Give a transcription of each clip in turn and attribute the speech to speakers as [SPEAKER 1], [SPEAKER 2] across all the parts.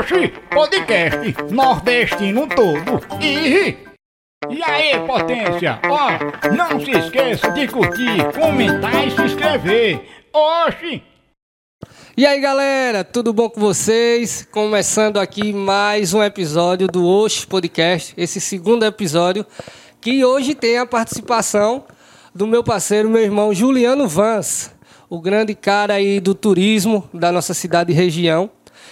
[SPEAKER 1] Oxi, podcast nordestino todo. E aí, potência? Ó, não se esqueça de curtir, comentar e se inscrever. Oxi!
[SPEAKER 2] E aí, galera, tudo bom com vocês? Começando aqui mais um episódio do Oxi Podcast, esse segundo episódio, que hoje tem a participação do meu parceiro, meu irmão Juliano Vans, o grande cara aí do turismo da nossa cidade e região.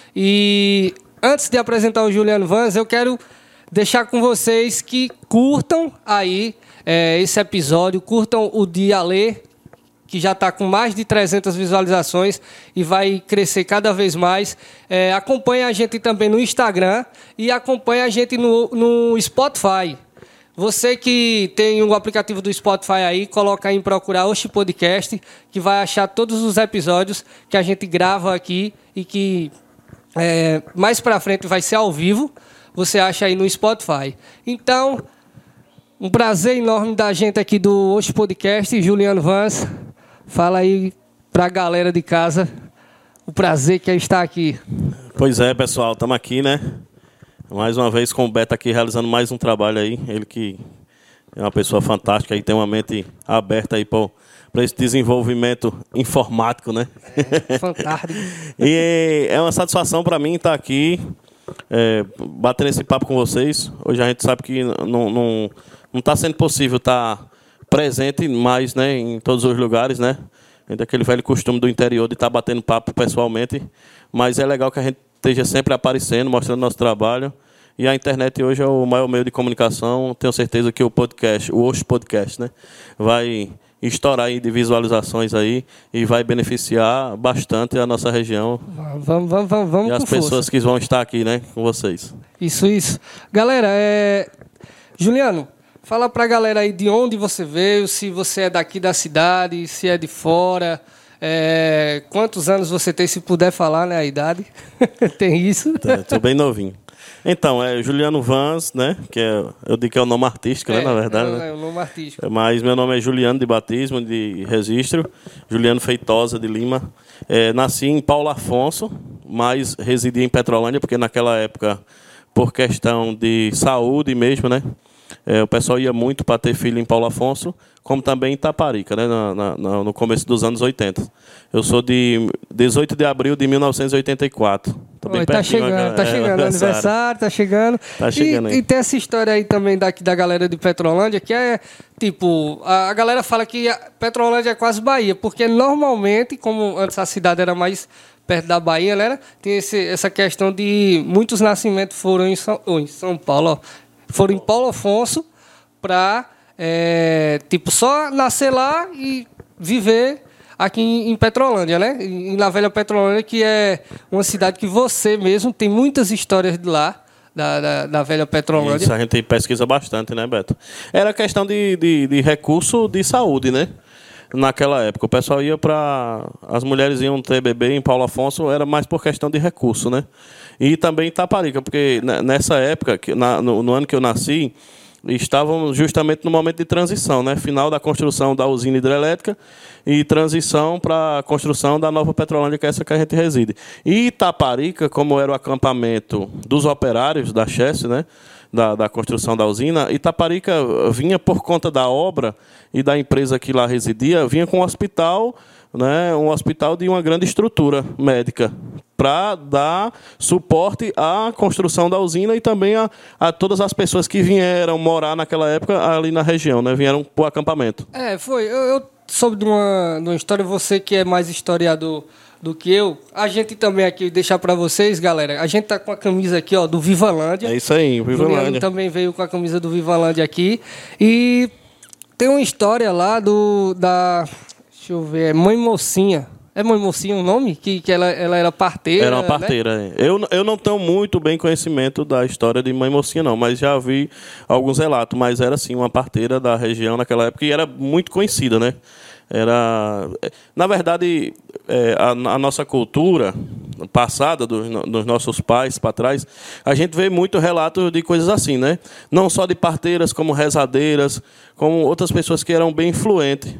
[SPEAKER 2] E antes de apresentar o Juliano Vans, eu quero deixar com vocês que curtam aí esse episódio, curtam o de Alê, que já está com mais de 300 visualizações e vai crescer cada vez mais. Acompanhe a gente também no Instagram e acompanhe a gente no Spotify. Você que tem o aplicativo do Spotify aí, coloca aí em procurar Oxi Podcast, que vai achar todos os episódios que a gente grava aqui e que mais pra frente vai ser ao vivo. Você acha aí no Spotify. Então, um prazer enorme da gente aqui do Oxi Podcast, Juliano Vans. Fala aí pra galera de casa o prazer que é estar aqui.
[SPEAKER 3] Pois é, pessoal, estamos aqui, né? Mais uma vez com o Beto aqui realizando mais um trabalho aí. Ele que é uma pessoa fantástica e tem uma mente aberta aí para esse desenvolvimento informático, né?
[SPEAKER 2] Fantástico.
[SPEAKER 3] E é uma satisfação para mim estar aqui, batendo esse papo com vocês. Hoje a gente sabe que não está sendo possível estar presente mais, né, em todos os lugares, né? Ainda aquele velho costume do interior de estar batendo papo pessoalmente. Mas é legal que a gente esteja sempre aparecendo, mostrando nosso trabalho. E a internet hoje é o maior meio de comunicação. Tenho certeza que o podcast, o Oxi Podcast, né, vai estourar aí de visualizações aí e vai beneficiar bastante a nossa região.
[SPEAKER 2] Vamos
[SPEAKER 3] e as pessoas
[SPEAKER 2] força.
[SPEAKER 3] Que vão estar aqui, né, com vocês.
[SPEAKER 2] Isso. Galera, Juliano, fala pra galera aí de onde você veio, se você é daqui da cidade, se é de fora, quantos anos você tem, se puder falar, né, a idade. Tem isso?
[SPEAKER 3] Estou bem novinho. Então, é Juliano Vans, né? Eu digo que é o nome artístico, né? Na verdade.
[SPEAKER 2] É o nome artístico.
[SPEAKER 3] Mas meu nome é Juliano de batismo, de registro. Juliano Feitosa de Lima. Nasci em Paulo Afonso, mas residi em Petrolândia, porque naquela época, por questão de saúde mesmo, né? O pessoal ia muito para ter filho em Paulo Afonso, como também em Itaparica, né, no começo dos anos 80. Eu sou de 18 de abril de 1984.
[SPEAKER 2] Tá chegando, aniversário, tá chegando.
[SPEAKER 3] Tá chegando aí.
[SPEAKER 2] E tem essa história aí também daqui da galera de Petrolândia, que é tipo, a galera fala que a Petrolândia é quase Bahia, porque normalmente, como antes a cidade era mais perto da Bahia, né, tem essa questão de muitos nascimentos foram em São Paulo, ó. Foram em Paulo Afonso para, só nascer lá e viver aqui em Petrolândia, né? Na Velha Petrolândia, que é uma cidade que você mesmo tem muitas histórias de lá, da Velha Petrolândia.
[SPEAKER 3] Isso a gente pesquisa bastante, né, Beto? Era questão de recurso de saúde, né? Naquela época, o pessoal ia para... As mulheres iam ter bebê em Paulo Afonso, era mais por questão de recurso, né? E também em Itaparica, porque nessa época, no ano que eu nasci, estávamos justamente no momento de transição, né? Final da construção da usina hidrelétrica e transição para a construção da nova Petrolândia, que é essa que a gente reside. E Itaparica, como era o acampamento dos operários da Chess, né? Da construção da usina, Itaparica vinha por conta da obra e da empresa que lá residia, vinha com um hospital, né, um hospital de uma grande estrutura médica para dar suporte à construção da usina e também a todas as pessoas que vieram morar naquela época ali na região, né, vieram para o acampamento.
[SPEAKER 2] Foi. Eu soube de uma história, você que é mais historiador do que eu, a gente também aqui, deixar para vocês, galera, a gente tá com a camisa aqui, ó, do Vivalândia.
[SPEAKER 3] É isso aí, o Vivalândia.
[SPEAKER 2] Juliano também veio com a camisa do Vivalândia aqui. E tem uma história lá deixa eu ver, Mãe Mocinha. É Mãe Mocinha o nome? Que ela era parteira,
[SPEAKER 3] era uma parteira, né? Eu não tenho muito bem conhecimento da história de Mãe Mocinha, não, mas já vi alguns relatos, mas era, sim, uma parteira da região naquela época e era muito conhecida, né? Na verdade, a nossa cultura passada, dos nossos pais para trás, a gente vê muito relato de coisas assim, né? Não só de parteiras, como rezadeiras, como outras pessoas que eram bem influentes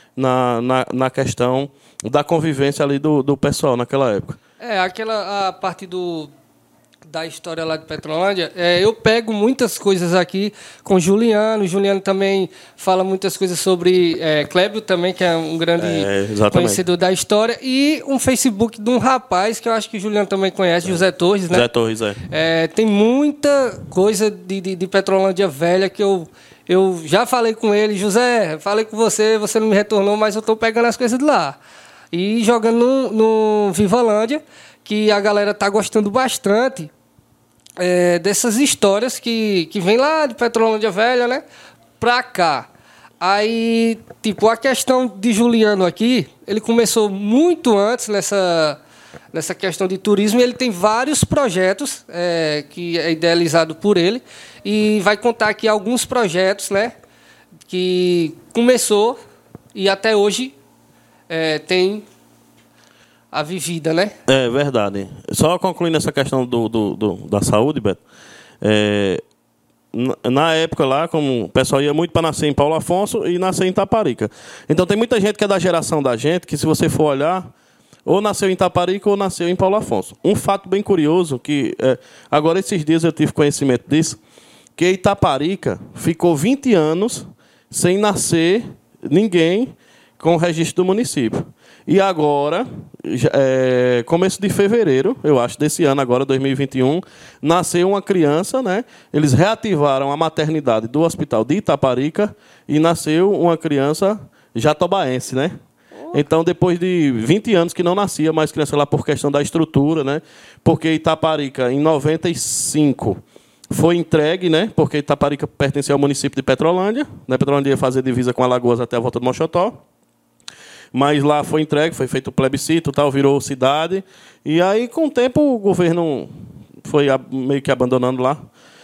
[SPEAKER 3] na questão da convivência ali do pessoal naquela época.
[SPEAKER 2] A parte da história lá de Petrolândia, eu pego muitas coisas aqui com o Juliano. O Juliano também fala muitas coisas sobre Clébio também, que é um grande conhecedor da história. E um Facebook de um rapaz que eu acho que o Juliano também conhece, José Torres, né?
[SPEAKER 3] José Torres,
[SPEAKER 2] tem muita coisa de Petrolândia velha que eu já falei com ele. José, falei com você não me retornou, mas eu estou pegando as coisas de lá. E jogando no Vivalândia, que a galera tá gostando bastante dessas histórias que vem lá de Petrolândia Velha, né, pra cá. Aí, tipo, a questão de Juliano aqui, ele começou muito antes nessa questão de turismo, e ele tem vários projetos que é idealizado por ele, e vai contar aqui alguns projetos, né, que começou e até hoje tem a vivida, né?
[SPEAKER 3] É verdade. Só concluindo essa questão da saúde, Beto, na época lá, como o pessoal ia muito para nascer em Paulo Afonso e nascer em Itaparica. Então tem muita gente que é da geração da gente, que se você for olhar, ou nasceu em Itaparica ou nasceu em Paulo Afonso. Um fato bem curioso, que agora esses dias eu tive conhecimento disso, que Itaparica ficou 20 anos sem nascer ninguém com o registro do município. E agora, começo de fevereiro, eu acho, desse ano, agora, 2021, nasceu uma criança, né? Eles reativaram a maternidade do hospital de Itaparica e nasceu uma criança jatobaense, né? Então, depois de 20 anos que não nascia mais criança lá por questão da estrutura, né? Porque Itaparica, em 95, foi entregue, né? Porque Itaparica pertencia ao município de Petrolândia, né? Petrolândia ia fazer divisa com Alagoas até a volta do Mochotó. Mas lá foi entregue, foi feito o plebiscito, tal, virou cidade. E aí, com o tempo, o governo foi meio que abandonando lá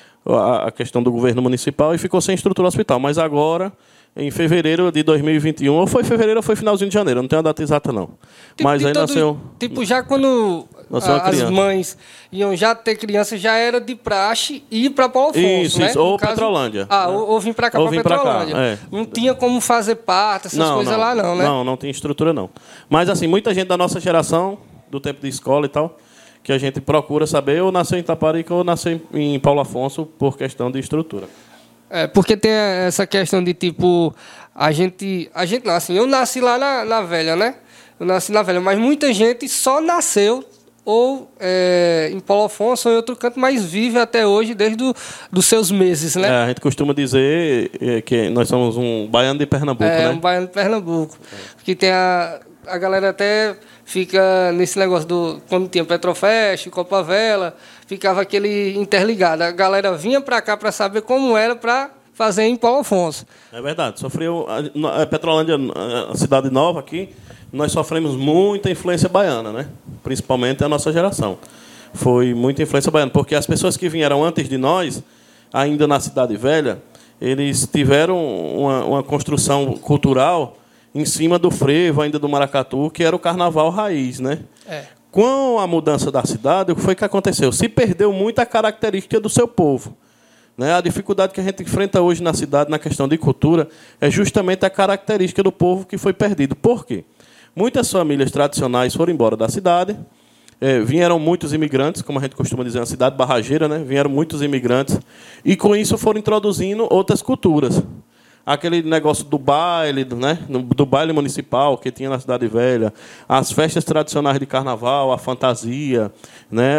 [SPEAKER 3] a questão do governo municipal e ficou sem estrutura hospital. Mas agora, em fevereiro de 2021, ou foi fevereiro ou foi finalzinho de janeiro, não tenho a data exata, não. Mas aí nasceu...
[SPEAKER 2] Tipo, já quando as mães iam já ter criança, já era de praxe ir para Paulo Afonso, né?
[SPEAKER 3] Isso, ou Petrolândia.
[SPEAKER 2] Ou vir para cá, para Petrolândia. Não tinha como fazer parto, essas coisas lá, não, né?
[SPEAKER 3] Não tem estrutura, não. Mas, assim, muita gente da nossa geração, do tempo de escola e tal, que a gente procura saber, ou nasceu em Itaparica ou nasceu em Paulo Afonso, por questão de estrutura.
[SPEAKER 2] Porque tem essa questão de, tipo, a gente não, assim, eu nasci lá na Velha, né? Eu nasci na Velha, mas muita gente só nasceu ou em Paulo Afonso ou em outro canto, mas vive até hoje desde dos seus meses, né?
[SPEAKER 3] A gente costuma dizer que nós somos um baiano de Pernambuco, né?
[SPEAKER 2] Um baiano de Pernambuco. Porque tem a galera até fica nesse negócio quando tinha Petrofest, Copa Vela, ficava aquele interligado. A galera vinha para cá para saber como era para fazer em Paulo Afonso.
[SPEAKER 3] É verdade. Sofreu a Petrolândia, a cidade nova aqui, nós sofremos muita influência baiana, né? Principalmente a nossa geração. Foi muita influência baiana, porque as pessoas que vieram antes de nós, ainda na Cidade Velha, eles tiveram uma construção cultural em cima do frevo, ainda do maracatu, que era o carnaval raiz, né? Com a mudança da cidade, o que foi que aconteceu? Se perdeu muito a característica do seu povo. Né? A dificuldade que a gente enfrenta hoje na cidade, na questão de cultura, é justamente a característica do povo que foi perdido. Por quê? Muitas famílias tradicionais foram embora da cidade, vieram muitos imigrantes, como a gente costuma dizer, uma cidade barrageira, né? Vieram muitos imigrantes, e com isso foram introduzindo outras culturas. Aquele negócio do baile, né? Do baile municipal que tinha na Cidade Velha, as festas tradicionais de carnaval, a fantasia, né?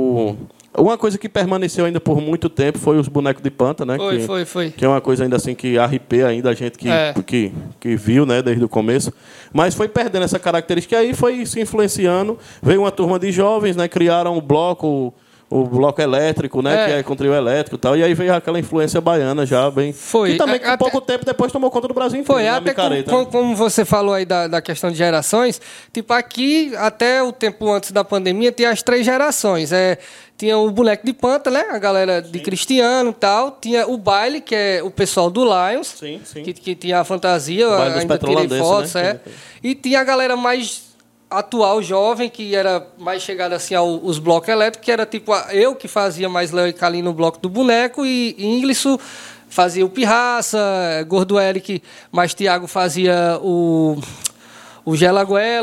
[SPEAKER 3] Uma coisa que permaneceu ainda por muito tempo foi os bonecos de panta, né?
[SPEAKER 2] Foi.
[SPEAKER 3] Que é uma coisa ainda assim que arrepia ainda a gente que viu, né? Desde o começo. Mas foi perdendo essa característica, e aí foi se influenciando. Veio uma turma de jovens, né? Criaram o bloco elétrico, né? Que é com trio elétrico e tal. E aí veio aquela influência baiana já bem...
[SPEAKER 2] Foi.
[SPEAKER 3] E também que pouco tempo depois tomou conta do Brasil inteiro.
[SPEAKER 2] Foi, até como você falou aí da questão de gerações, tipo, aqui, até o tempo antes da pandemia, tinha as 3 gerações. Tinha o boneco de panta, né? A galera de Cristiano e tal. Tinha o baile, que é o pessoal do Lions.
[SPEAKER 3] Sim.
[SPEAKER 2] Que tinha a fantasia, ainda tirei fotos,
[SPEAKER 3] né?
[SPEAKER 2] E tinha a galera mais atual, jovem, que era mais chegada assim aos blocos elétricos, que era tipo eu que fazia mais Léo e Calim no bloco do boneco, e Inglisson fazia o Pirraça, Gordo Eric, mais Thiago fazia o Gelaguela.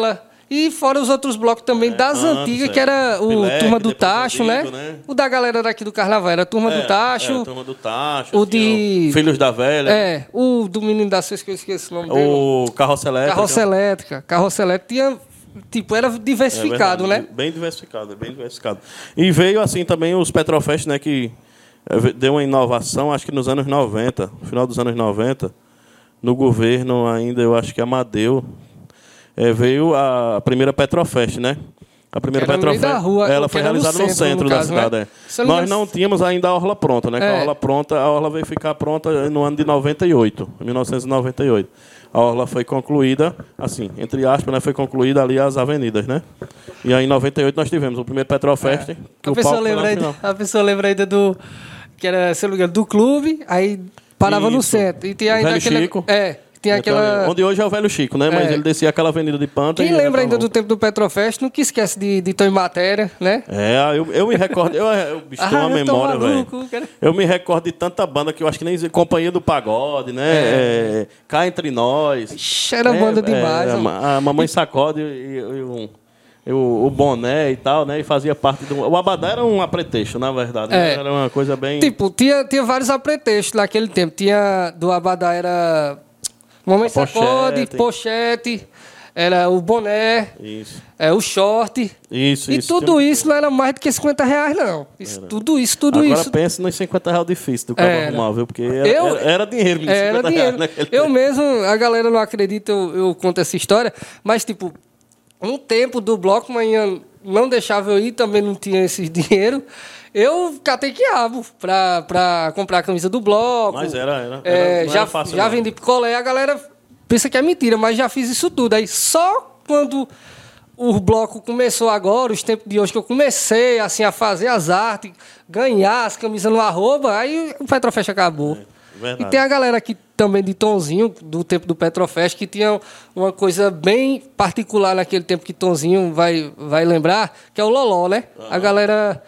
[SPEAKER 2] E fora os outros blocos também das antigas, que era o
[SPEAKER 3] Pileque,
[SPEAKER 2] Turma do
[SPEAKER 3] depois
[SPEAKER 2] Tacho, né?
[SPEAKER 3] né?
[SPEAKER 2] O da galera daqui do Carnaval era a Turma do Tacho.
[SPEAKER 3] Turma do Tacho.
[SPEAKER 2] O de...
[SPEAKER 3] Filhos da Velha.
[SPEAKER 2] O do Menino da Suez, que eu esqueci o nome dele.
[SPEAKER 3] O Carroça Elétrica.
[SPEAKER 2] Carroça Elétrica. Carroça Elétrica tinha... Tipo, era diversificado,
[SPEAKER 3] verdade,
[SPEAKER 2] né?
[SPEAKER 3] Bem diversificado, bem diversificado. E veio assim também os Petrofest, né? Que deu uma inovação, acho que nos anos 90, no final dos anos 90, no governo ainda, eu acho que Amadeu, veio a primeira Petrofest, né? A primeira Petrofest,
[SPEAKER 2] da rua,
[SPEAKER 3] ela foi realizada no centro da cidade.
[SPEAKER 2] Né?
[SPEAKER 3] Nós não tínhamos ainda a orla pronta, né? A orla veio ficar pronta no ano de 98, 1998. A orla foi concluída, assim, entre aspas, né? Foi concluída ali as avenidas, né? E aí em 98 nós tivemos o primeiro Petrofest. Que
[SPEAKER 2] A pessoa lembra ainda do... Que era, se não me engano, do clube, aí parava no centro. E tinha ainda
[SPEAKER 3] Velho Chico.
[SPEAKER 2] Tinha aquela...
[SPEAKER 3] Onde hoje é o Velho Chico, né? Mas ele descia aquela avenida de Panta.
[SPEAKER 2] Quem lembra ainda do tempo do Petrofest, nunca esquece de Tom em Matéria, né?
[SPEAKER 3] Eu me recordo... Eu bicho, tenho uma memória, velho. Eu me recordo de tanta banda que eu acho que nem... Companhia do Pagode, né? Cá Entre Nós.
[SPEAKER 2] Ixi, era banda demais.
[SPEAKER 3] A Mamãe Sacode o boné e tal, né? E fazia parte do... O Abadá era um apretexto, na verdade. Né? Era uma coisa bem...
[SPEAKER 2] Tipo, tinha vários apretextos naquele tempo. Tinha... Do Abadá era... Mamãe Sacode, pochete, era o boné, o short.
[SPEAKER 3] Isso.
[SPEAKER 2] E tudo isso não era mais do que R$50, não. Tudo isso.
[SPEAKER 3] Agora pensa nos R$50 difícil do cara arrumar, viu? Porque era dinheiro mesmo.
[SPEAKER 2] Era dinheiro. Eu mesmo, a galera não acredita, eu conto essa história, mas tipo, um tempo do bloco, manhã não deixava eu ir, também não tinha esse dinheiro. Eu catei quiabo pra comprar a camisa do bloco.
[SPEAKER 3] Mas era
[SPEAKER 2] já
[SPEAKER 3] fácil.
[SPEAKER 2] Já vendi picolé, a galera pensa que é mentira, mas já fiz isso tudo. Aí só quando o bloco começou agora, os tempos de hoje que eu comecei assim, a fazer as artes, ganhar as camisas no arroba, aí o Petrofest acabou. E tem a galera aqui também de Tonzinho, do tempo do Petrofest, que tinha uma coisa bem particular naquele tempo que Tonzinho vai lembrar, que é o Loló, né? A galera...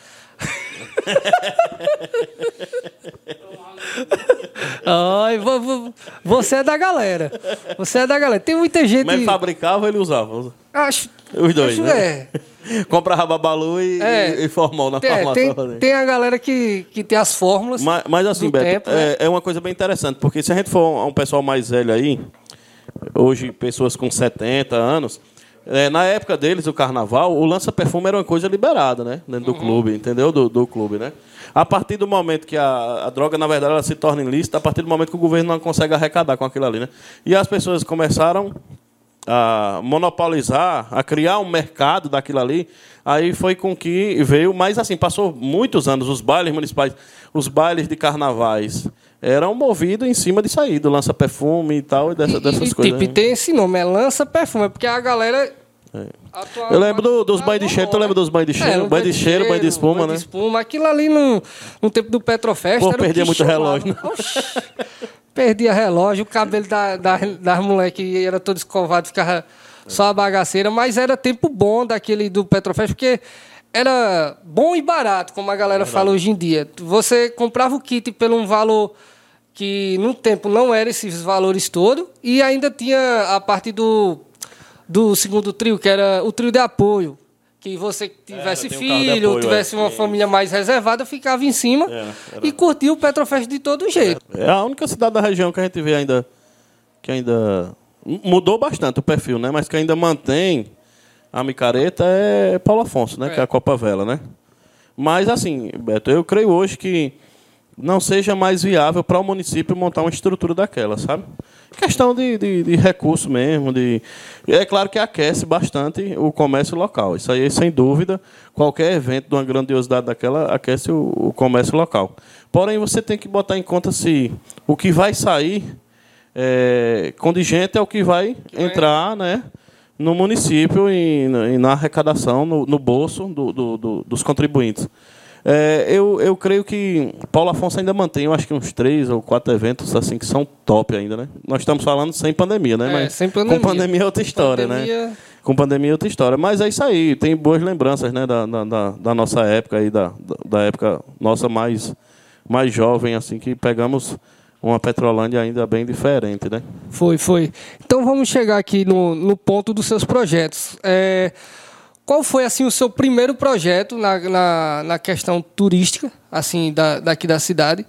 [SPEAKER 2] Ai, você é da galera. Tem muita gente.
[SPEAKER 3] Mas fabricava ou ele usava?
[SPEAKER 2] Acho.
[SPEAKER 3] Os dois, né? Comprava babalu e formol na formação.
[SPEAKER 2] Tem a galera que tem as fórmulas.
[SPEAKER 3] Mas assim, Beto, tempo, né? É uma coisa bem interessante, porque se a gente for um pessoal mais velho aí, hoje pessoas com 70 anos. Na época deles, o carnaval, o lança-perfume era uma coisa liberada, né? Dentro do clube, entendeu? Do clube, né? A partir do momento que a droga, na verdade, ela se torna ilícita, a partir do momento que o governo não consegue arrecadar com aquilo ali, né? E as pessoas começaram a monopolizar, a criar um mercado daquilo ali, aí foi com que veio... Mas, assim, passou muitos anos, os bailes municipais, os bailes de carnavais... eram movidos em cima disso aí, do lança-perfume e tal, dessas coisas.
[SPEAKER 2] Tipo, e tem esse nome, é lança-perfume, porque a galera...
[SPEAKER 3] Eu lembro dos banhos de cheiro, tu lembra dos banhos de cheiro? Banho de cheiro, banho de espuma, né?
[SPEAKER 2] Aquilo ali no tempo do Petrofest...
[SPEAKER 3] Pô, perdia muito relógio.
[SPEAKER 2] Perdia relógio, o cabelo das moleques era todo escovado, ficava só a bagaceira, mas era tempo bom daquele do Petrofest, porque... Era bom e barato, como a galera fala hoje em dia. Você comprava o kit por um valor que, no tempo, não era esses valores todos. E ainda tinha a parte do segundo trio, que era o trio de apoio. Que você tivesse filho, ou tivesse uma família mais reservada, ficava em cima e curtia o Petrofest de todo jeito.
[SPEAKER 3] É a única cidade da região que a gente vê ainda... Que ainda mudou bastante o perfil, né? Mas que ainda mantém... A micareta é Paulo Afonso, né? Que é a Copa Vela, né? Mas, assim, Beto, eu creio hoje que não seja mais viável para o município montar uma estrutura daquela, sabe? Questão de recurso mesmo. É claro que aquece bastante o comércio local. Isso aí, sem dúvida, qualquer evento de uma grandiosidade daquela aquece o comércio local. Porém, você tem que botar em conta se o que vai sair contingente é o que vai entrar, né? No município e na arrecadação, no bolso dos contribuintes. Eu creio que Paulo Afonso ainda mantém, eu acho que uns 3 ou 4 eventos assim que são top ainda, né? Nós estamos falando sem pandemia, né? Mas
[SPEAKER 2] sem pandemia.
[SPEAKER 3] Com pandemia é outra história, né? Com pandemia é outra história. Mas é isso aí, tem boas lembranças, né? Da nossa época aí, da época nossa mais jovem, assim, que pegamos uma Petrolândia ainda bem diferente, né?
[SPEAKER 2] Foi. Então vamos chegar aqui no ponto dos seus projetos. Qual foi assim o seu primeiro projeto na questão turística, assim, daqui da cidade?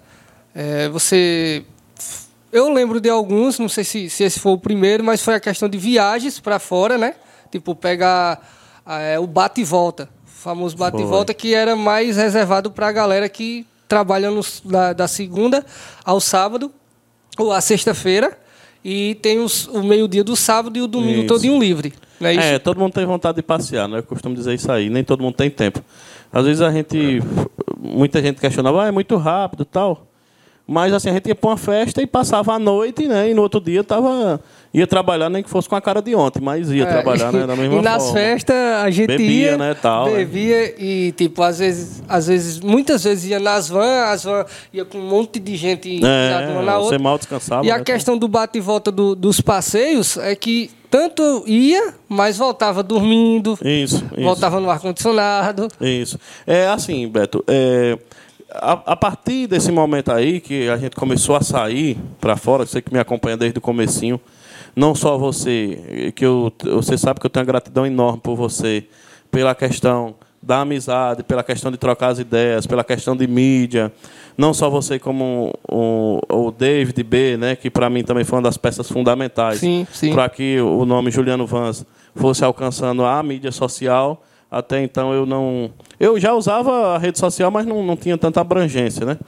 [SPEAKER 2] Eu lembro de alguns, não sei se esse foi o primeiro, mas foi a questão de viagens para fora, né? Tipo, pegar o bate e volta, o famoso bate e volta, que era mais reservado para a galera que trabalha da segunda ao sábado, ou à sexta-feira, e tem o meio-dia do sábado e o domingo todinho livre. Não é isso?
[SPEAKER 3] Todo mundo tem vontade de passear, né? Eu costumo dizer isso aí, nem todo mundo tem tempo. Às vezes muita gente questionava, é muito rápido e tal. Mas assim, a gente ia para uma festa e passava a noite, né? E no outro dia ia trabalhar, nem que fosse com a cara de ontem, mas ia trabalhar, né? Da mesma forma.
[SPEAKER 2] E nas festas a gente
[SPEAKER 3] bebia,
[SPEAKER 2] ia,
[SPEAKER 3] né, tal,
[SPEAKER 2] bebia e, tipo, muitas vezes ia nas vans, ia com um monte de gente uma na outra.
[SPEAKER 3] Você mal descansava.
[SPEAKER 2] E a questão do bate e volta dos passeios é que tanto ia, mas voltava dormindo.
[SPEAKER 3] Isso.
[SPEAKER 2] Voltava no ar-condicionado.
[SPEAKER 3] Isso. Assim, Beto, a partir desse momento aí que a gente começou a sair para fora, você que me acompanha desde o comecinho, não só você, você sabe que eu tenho uma gratidão enorme por você, pela questão da amizade, pela questão de trocar as ideias, pela questão de mídia, não só você como o David B, né, que para mim também foi uma das peças fundamentais para que o nome Juliano Vans fosse alcançando a mídia social. Até então eu já usava a rede social, mas não tinha tanta abrangência, né?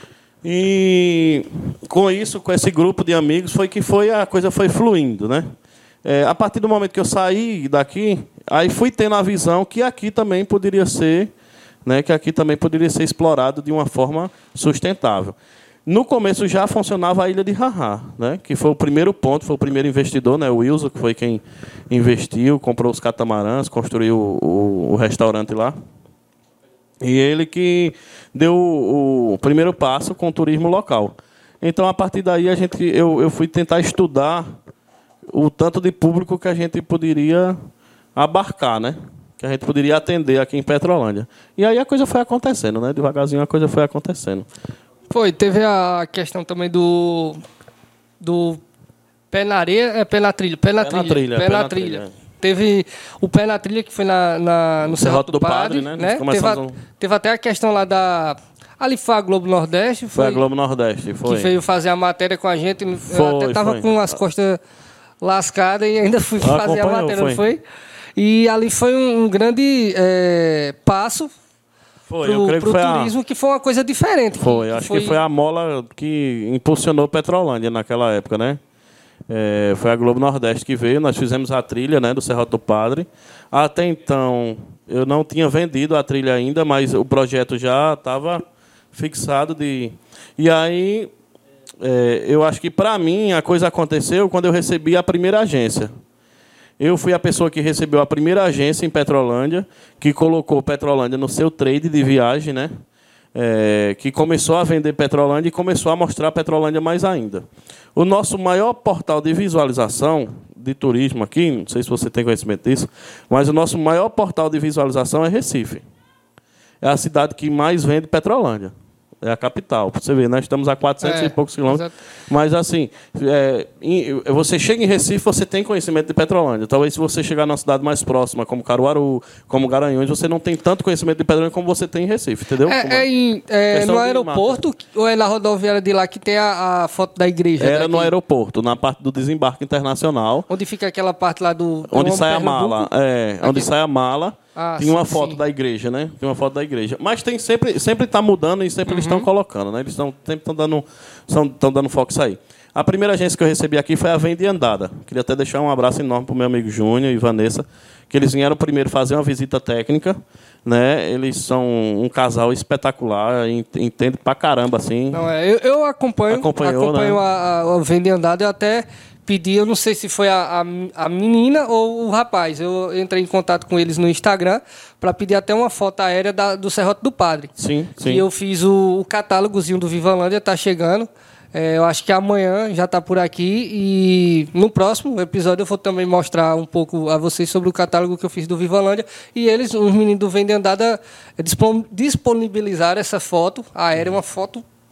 [SPEAKER 3] E com isso, com esse grupo de amigos, a coisa foi fluindo, né? A partir do momento que eu saí daqui, aí fui tendo a visão que aqui também poderia ser, né? Que aqui também poderia ser explorado de uma forma sustentável. No começo já funcionava a Ilha de Rarrá, né? Que foi o primeiro ponto, foi o primeiro investidor, né? O Wilson, que foi quem investiu, comprou os catamarãs, construiu o restaurante lá. E ele que deu o primeiro passo com o turismo local. Então, a partir daí, eu fui tentar estudar o tanto de público que a gente poderia abarcar, né? Que a gente poderia atender aqui em Petrolândia. E aí a coisa foi acontecendo, né? Devagarzinho a coisa foi acontecendo.
[SPEAKER 2] Teve a questão também do pé na areia, pé na trilha. Teve o pé na trilha, que foi no Serrote do Padre, né? Teve até a questão lá ali foi a Globo Nordeste.
[SPEAKER 3] Foi a Globo Nordeste, foi.
[SPEAKER 2] Que veio fazer a matéria com a gente. Eu até estava com as costas lascadas e ainda fui fazer a matéria, não foi? E ali foi um grande passo pro turismo, que foi uma coisa diferente.
[SPEAKER 3] Acho que foi a mola que impulsionou Petrolândia naquela época, né? Foi a Globo Nordeste que veio, nós fizemos a trilha, né, do Serrote do Padre. Até então, eu não tinha vendido a trilha ainda, mas o projeto já estava fixado. E aí, eu acho que, para mim, a coisa aconteceu quando eu recebi a primeira agência. Eu fui a pessoa que recebeu a primeira agência em Petrolândia, que colocou Petrolândia no seu trade de viagem, né? Que começou a vender Petrolândia e começou a mostrar Petrolândia mais ainda. O nosso maior portal de visualização de turismo aqui, não sei se você tem conhecimento disso, mas o nosso maior portal de visualização é Recife. É a cidade que mais vende Petrolândia. É a capital. Para você ver, nós estamos a 400 e poucos quilômetros. Exato. Mas, assim, você chega em Recife, você tem conhecimento de Petrolândia. Talvez, se você chegar numa cidade mais próxima, como Caruaru, como Garanhuns, você não tem tanto conhecimento de Petrolândia como você tem em Recife, entendeu?
[SPEAKER 2] No aeroporto ou é na rodoviária de lá que tem a foto da igreja?
[SPEAKER 3] Era no aeroporto, na parte do desembarque internacional.
[SPEAKER 2] Onde fica aquela parte lá do...
[SPEAKER 3] Onde sai a mala. Onde sai a mala. Tinha uma foto da igreja, né? Tem uma foto da igreja. Mas tem sempre está mudando e sempre eles estão colocando, né? Eles sempre estão dando foco isso aí. A primeira agência que eu recebi aqui foi a Vende Andada. Queria até deixar um abraço enorme para o meu amigo Júnior e Vanessa, que eles vieram primeiro fazer uma visita técnica, né? Eles são um casal espetacular, entende pra caramba, assim.
[SPEAKER 2] Não, eu acompanho né? a Vende Andada. Eu até pedi, eu não sei se foi a menina ou o rapaz. Eu entrei em contato com eles no Instagram para pedir até uma foto aérea do Serrote do Padre.
[SPEAKER 3] Sim.
[SPEAKER 2] E eu fiz o catálogozinho do Vivalândia, tá chegando. Eu acho que amanhã já está por aqui e no próximo episódio eu vou também mostrar um pouco a vocês sobre o catálogo que eu fiz do Vivalândia. E eles, os meninos do Vende Andada, disponibilizaram essa foto aérea, uma foto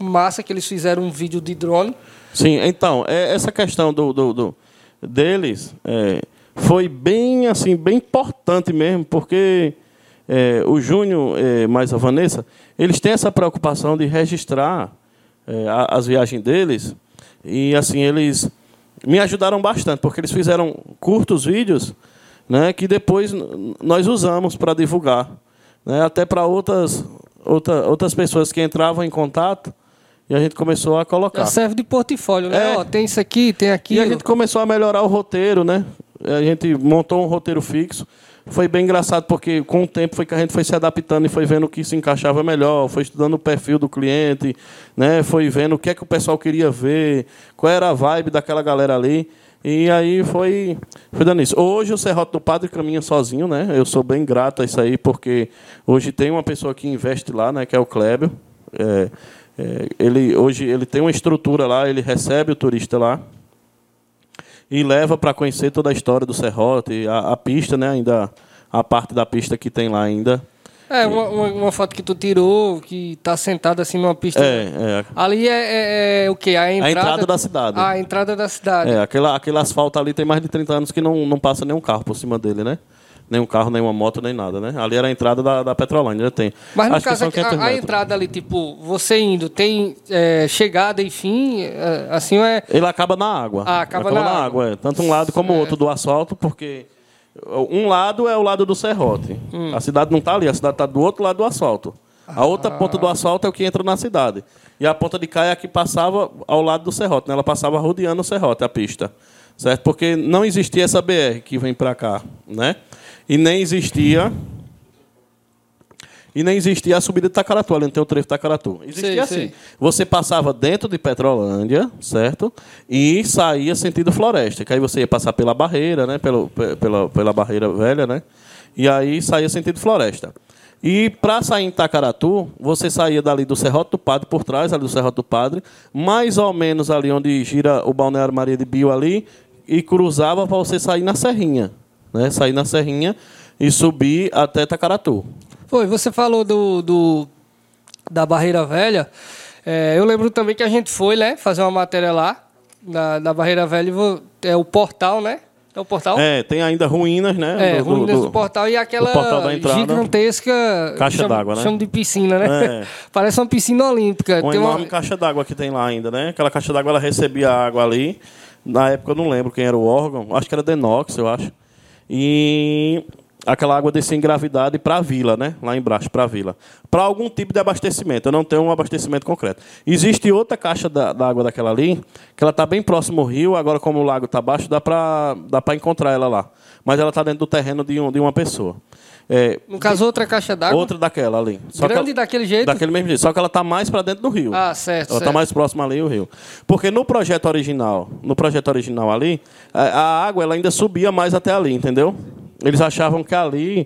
[SPEAKER 2] massa que eles fizeram um vídeo de drone.
[SPEAKER 3] Sim, então, essa questão deles foi bem, assim, bem importante mesmo, porque o Júnior, mais a Vanessa, eles têm essa preocupação de registrar as viagens deles, e assim, eles me ajudaram bastante, porque eles fizeram curtos vídeos, né, que depois nós usamos para divulgar, né, até para outras pessoas que entravam em contato, e a gente começou a colocar.
[SPEAKER 2] Serve de portfólio, né? Ó, tem isso aqui, tem aquilo.
[SPEAKER 3] E a gente começou a melhorar o roteiro, né? A gente montou um roteiro fixo. Foi bem engraçado, porque com o tempo foi que a gente foi se adaptando e foi vendo o que se encaixava melhor, foi estudando o perfil do cliente, né? Foi vendo o que é que o pessoal queria ver, qual era a vibe daquela galera ali. E aí foi dando isso. Hoje o Serrote do Padre caminha sozinho, né? Eu sou bem grato a isso aí, porque hoje tem uma pessoa que investe lá, né? Que é o Clébio. Hoje ele tem uma estrutura lá, ele recebe o turista lá e leva para conhecer toda a história do Serrote, a pista, né? Ainda a parte da pista que tem lá ainda.
[SPEAKER 2] Uma foto que tu tirou, que tá sentado assim numa pista. Ali é o quê? A
[SPEAKER 3] entrada da cidade.
[SPEAKER 2] A entrada da cidade.
[SPEAKER 3] Aquele asfalto ali tem mais de 30 anos que não passa nenhum carro por cima dele, né? Nenhum carro, nenhuma moto, nem nada, né? Ali era a entrada da Petrolândia, tem.
[SPEAKER 2] Mas no caso, a entrada ali, tipo, você indo, tem chegada e fim, assim é...
[SPEAKER 3] Ele acaba na água.
[SPEAKER 2] Acaba na água.
[SPEAKER 3] Tanto um lado como o outro do asfalto, porque um lado é o lado do Serrote. A cidade não está ali, a cidade está do outro lado do asfalto. A outra ponta do asfalto é o que entra na cidade. E a ponta de cá é a que passava ao lado do Serrote, né? Ela passava rodeando o Serrote, a pista. Certo? Porque não existia essa BR que vem para cá, né? E nem existia a subida de Tacaratu, ali não tem o trevo de Tacaratu. Existia assim. Sei. Você passava dentro de Petrolândia, certo? E saía sentido floresta. Que aí você ia passar pela barreira, né? Pela barreira velha, né? E aí saía sentido floresta. E para sair em Tacaratu, você saía dali do Serrote do Padre, por trás ali do Serrote do Padre, mais ou menos ali onde gira o Balneário Maria de Bio ali, e cruzava para você sair na Serrinha. Né? Sair na Serrinha e subir até Tacaratu.
[SPEAKER 2] Você falou da Barreira Velha. Eu lembro também que a gente foi, né, fazer uma matéria lá, na Barreira Velha, é o portal, né? É o portal?
[SPEAKER 3] Tem ainda ruínas, né?
[SPEAKER 2] Ruínas do portal e aquela gigantesca
[SPEAKER 3] caixa d'água, né?
[SPEAKER 2] Chama de piscina, né? Parece uma piscina olímpica.
[SPEAKER 3] Uma enorme caixa d'água que tem lá ainda, né? Aquela caixa d'água, ela recebia água ali. Na época eu não lembro quem era o órgão, acho que era Denox, eu acho. E aquela água descia em gravidade para a vila, né? Lá embaixo, para a vila. Para algum tipo de abastecimento. Eu não tenho um abastecimento concreto. Existe outra caixa da água daquela ali, que ela está bem próximo ao rio. Agora, como o lago está baixo, dá para encontrar ela lá. Mas ela está dentro do terreno de uma pessoa.
[SPEAKER 2] No caso, outra caixa d'água?
[SPEAKER 3] Outra daquela ali.
[SPEAKER 2] Grande daquele jeito?
[SPEAKER 3] Daquele mesmo jeito. Só que ela está mais para dentro do rio.
[SPEAKER 2] Certo.
[SPEAKER 3] Ela está mais próxima ali do rio. Porque no projeto original ali, a água ela ainda subia mais até ali, entendeu? Eles achavam que ali,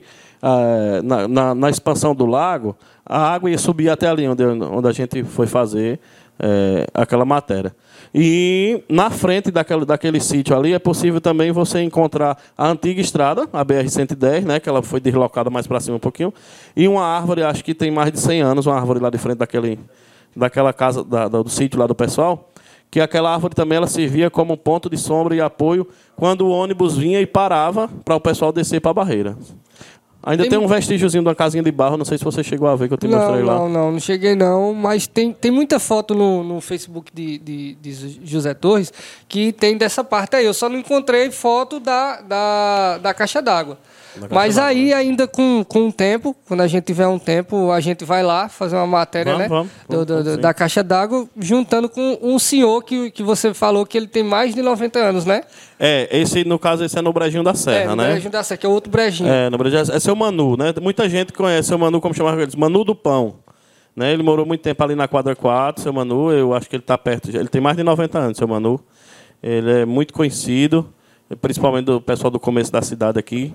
[SPEAKER 3] na expansão do lago, a água ia subir até ali, onde a gente foi fazer aquela matéria. E na frente daquele sítio ali é possível também você encontrar a antiga estrada, a BR-110, né, que ela foi deslocada mais para cima um pouquinho, e uma árvore, acho que tem mais de 100 anos, uma árvore lá de frente daquela casa, do sítio lá do pessoal, que aquela árvore também ela servia como ponto de sombra e apoio quando o ônibus vinha e parava para o pessoal descer para a barreira. Ainda tem um vestígiozinho de uma casinha de barro, não sei se você chegou a ver, que eu te mostrei lá.
[SPEAKER 2] Não cheguei não, mas tem muita foto no Facebook de José Torres que tem dessa parte aí. Eu só não encontrei foto da caixa d'água. Mas aí, ainda com o tempo, quando a gente tiver um tempo, a gente vai lá fazer uma matéria,
[SPEAKER 3] vamos,
[SPEAKER 2] da caixa d'água, juntando com um senhor que você falou que ele tem mais de 90 anos, né?
[SPEAKER 3] No caso, esse é no Brejinho da Serra, né?
[SPEAKER 2] No Brejinho da Serra, que é outro brejinho.
[SPEAKER 3] No Brejinho, é seu Manu, né? Muita gente conhece seu Manu, como chamava eles, Manu do Pão. Né? Ele morou muito tempo ali na quadra 4, seu Manu, eu acho que ele está perto, ele tem mais de 90 anos, seu Manu. Ele é muito conhecido, principalmente do pessoal do começo da cidade aqui.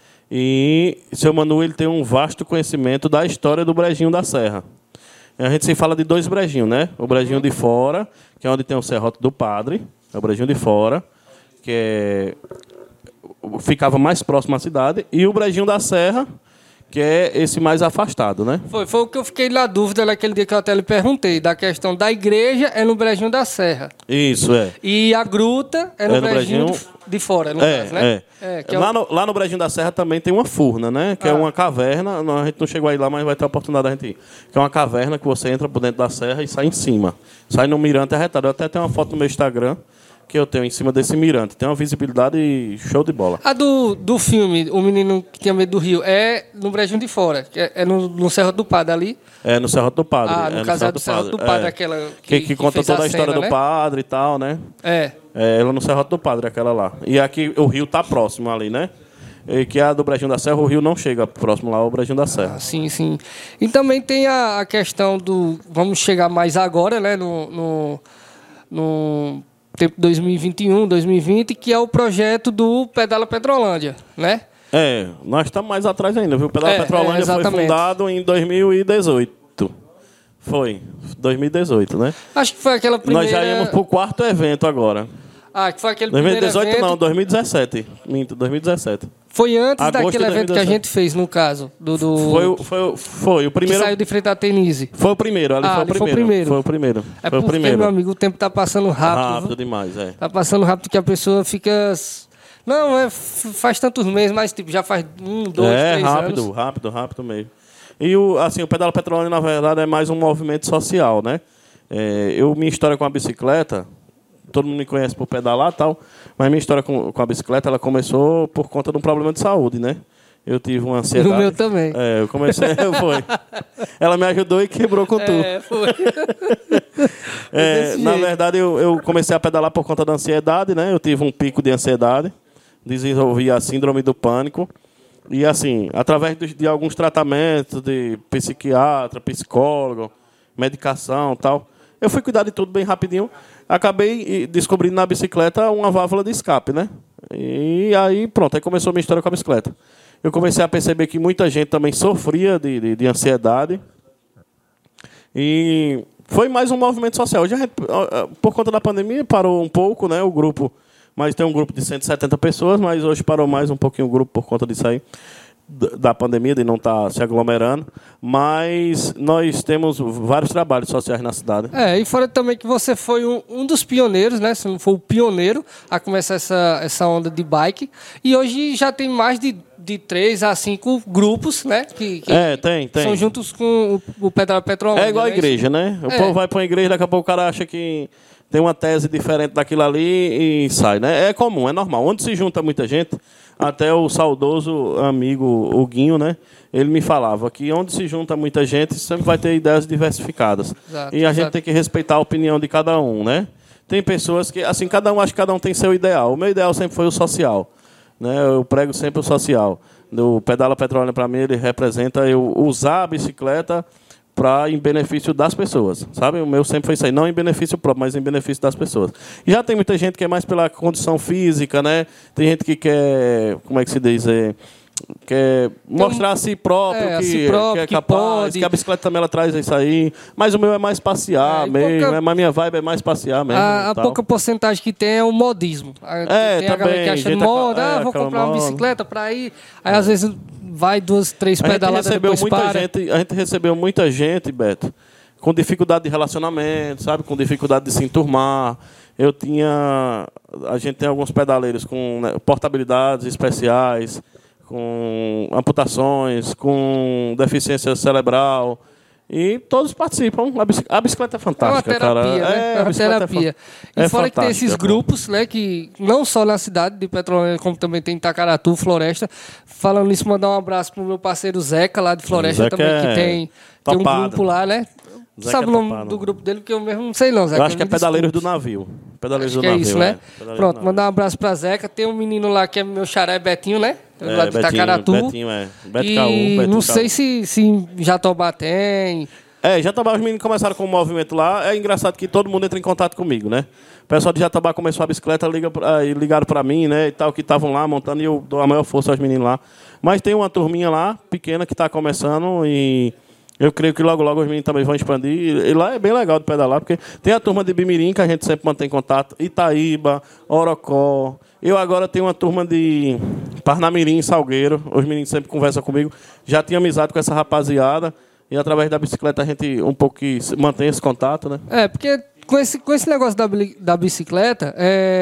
[SPEAKER 3] E seu Manu ele tem um vasto conhecimento da história do Brejinho da Serra. A gente se fala de dois brejinhos, né? O Brejinho de Fora, que é onde tem o Serrote do Padre, é o Brejinho de Fora, que ficava mais próximo à cidade, e o Brejinho da Serra, que é esse mais afastado, né?
[SPEAKER 2] Foi o que eu fiquei na dúvida naquele dia que eu até lhe perguntei, da questão da igreja é no Brejinho da Serra.
[SPEAKER 3] Isso, é.
[SPEAKER 2] E a gruta é no Brejinho de fora, no caso, né?
[SPEAKER 3] Lá no Brejinho da Serra também tem uma furna, né? Que é uma caverna. A gente não chegou aí lá, mas vai ter a oportunidade da gente ir. Que é uma caverna que você entra por dentro da serra e sai em cima. Sai no mirante arretado. Eu até tenho uma foto no meu Instagram que eu tenho em cima desse mirante. Tem uma visibilidade show de bola.
[SPEAKER 2] A do filme, O Menino que Tinha Medo do Rio, é no Brejinho de fora. É no Serra do Padre ali.
[SPEAKER 3] É no Serra do Padre.
[SPEAKER 2] No caso é do Serra do Padre, aquela
[SPEAKER 3] que conta toda a história do padre e tal, né? Ela no Serra do Padre, aquela lá. E aqui o rio tá próximo ali, né? E que a do Brejinho da Serra, o rio não chega próximo lá ao Brejinho da Serra.
[SPEAKER 2] Sim, sim. E também tem a questão do... Vamos chegar mais agora, né? No tempo 2021, 2020, que é o projeto do Pedala Petrolândia, né?
[SPEAKER 3] Nós estamos mais atrás ainda, viu? O Pedala Petrolândia foi fundado em 2018. Foi, 2018, né?
[SPEAKER 2] Acho que foi aquela primeira...
[SPEAKER 3] Nós já íamos pro 4º evento agora.
[SPEAKER 2] Que foi aquele
[SPEAKER 3] 2018
[SPEAKER 2] primeiro evento...
[SPEAKER 3] não, 2017. Minto, 2017.
[SPEAKER 2] Foi antes daquele evento que a gente fez, no caso.
[SPEAKER 3] Foi o primeiro...
[SPEAKER 2] Que saiu de frente à Tenise.
[SPEAKER 3] Foi o primeiro, foi o primeiro. Foi o primeiro.
[SPEAKER 2] Porque, meu amigo, o tempo tá passando rápido.
[SPEAKER 3] Rápido demais,
[SPEAKER 2] Tá passando rápido que a pessoa fica... Não, faz tantos meses, mas tipo, já faz 1, 2, 3 anos.
[SPEAKER 3] Rápido mesmo. E o Pedala Petrolândia, na verdade, é mais um movimento social, né? Minha história com a bicicleta, todo mundo me conhece por pedalar e tal, mas minha história com a bicicleta, ela começou por conta de um problema de saúde, né? Eu tive uma ansiedade.
[SPEAKER 2] O meu também.
[SPEAKER 3] Eu comecei, foi. Ela me ajudou e quebrou com tudo.
[SPEAKER 2] Foi.
[SPEAKER 3] Na verdade, eu comecei a pedalar por conta da ansiedade, né? Eu tive um pico de ansiedade, desenvolvi a síndrome do pânico. E assim, através de alguns tratamentos de psiquiatra, psicólogo, medicação e tal, eu fui cuidar de tudo bem rapidinho. Acabei descobrindo na bicicleta uma válvula de escape, né? E aí, pronto, aí começou a minha história com a bicicleta. Eu comecei a perceber que muita gente também sofria de ansiedade. E foi mais um movimento social. Hoje, por conta da pandemia, parou um pouco, né, o grupo. Mas tem um grupo de 170 pessoas, mas hoje parou mais um pouquinho o grupo por conta disso aí, da pandemia, de não estar se aglomerando. Mas nós temos vários trabalhos sociais na cidade.
[SPEAKER 2] E fora também que você foi um dos pioneiros, né? Se não for o pioneiro a começar essa onda de bike. E hoje já tem mais de 3 a 5 grupos, né? Que
[SPEAKER 3] tem.
[SPEAKER 2] São juntos com o Pedala Petrolândia.
[SPEAKER 3] É igual a igreja, né? O povo vai para uma igreja, daqui a pouco o cara acha que tem uma tese diferente daquilo ali e sai, né? É comum, é normal. Onde se junta muita gente, até o saudoso amigo o Guinho, né? Ele me falava que onde se junta muita gente, sempre vai ter ideias diversificadas.
[SPEAKER 2] Exato,
[SPEAKER 3] e a gente tem que respeitar a opinião de cada um, né? Tem pessoas que, assim, acho que cada um tem seu ideal. O meu ideal sempre foi o social, né? Eu prego sempre o social. O Pedala Petrolândia, para mim, ele representa eu usar a bicicleta em benefício das pessoas, sabe? O meu sempre foi isso aí, não em benefício próprio, mas em benefício das pessoas. E já tem muita gente que é mais pela condição física, né? Tem gente que quer, como é que se diz, quer mostrar a si próprio, que é capaz, que a bicicleta também ela traz isso aí. Mas o meu é mais passear mesmo, mas a minha vibe é mais passear mesmo.
[SPEAKER 2] A pouca porcentagem que tem é o modismo. Tem a galera que acha moda, vou comprar uma bicicleta para ir. Aí às vezes vai 2, 3 pedaladas depois para.
[SPEAKER 3] A gente recebeu muita gente, Beto, com dificuldade de relacionamento, sabe? Com dificuldade de se enturmar. A gente tem alguns pedaleiros com portabilidades especiais, com amputações, com deficiência cerebral. E todos participam. A bicicleta é fantástica, cara.
[SPEAKER 2] É uma terapia, né? É uma terapia. E fora que tem esses grupos, né? Que não só na cidade de Petrolândia, como também tem em Itacaratu, Floresta. Falando nisso, mandar um abraço pro meu parceiro Zeca, lá de Floresta,
[SPEAKER 3] Zeca
[SPEAKER 2] também, que tem um grupo lá, né?
[SPEAKER 3] Zeca
[SPEAKER 2] sabe o nome do grupo dele, porque eu mesmo não sei não, Zeca.
[SPEAKER 3] Eu acho que é Pedaleiros do Navio. Pedaleiros do Navio,
[SPEAKER 2] é isso, né? Pronto, mandar um abraço pra Zeca. Tem um menino lá que é meu xará, é Betinho, né? Lá de Itacaratu.
[SPEAKER 3] Betinho, Beto Caú.
[SPEAKER 2] E não sei se Jatobá tem.
[SPEAKER 3] Jatobá, os meninos começaram com o movimento lá. É engraçado que todo mundo entra em contato comigo, né? O pessoal de Jatobá começou a bicicleta, ligaram pra mim, né? E tal, que estavam lá montando, e eu dou a maior força aos meninos lá. Mas tem uma turminha lá, pequena, que tá começando e Eu creio que logo, logo os meninos também vão expandir. E lá é bem legal de pedalar, porque tem a turma de Bimirim, que a gente sempre mantém contato. Itaíba, Orocó. Eu agora tenho uma turma de Parnamirim, Salgueiro. Os meninos sempre conversam comigo. Já tinha amizade com essa rapaziada. E através da bicicleta a gente um pouco que mantém esse contato, né?
[SPEAKER 2] Porque com esse negócio da bicicleta,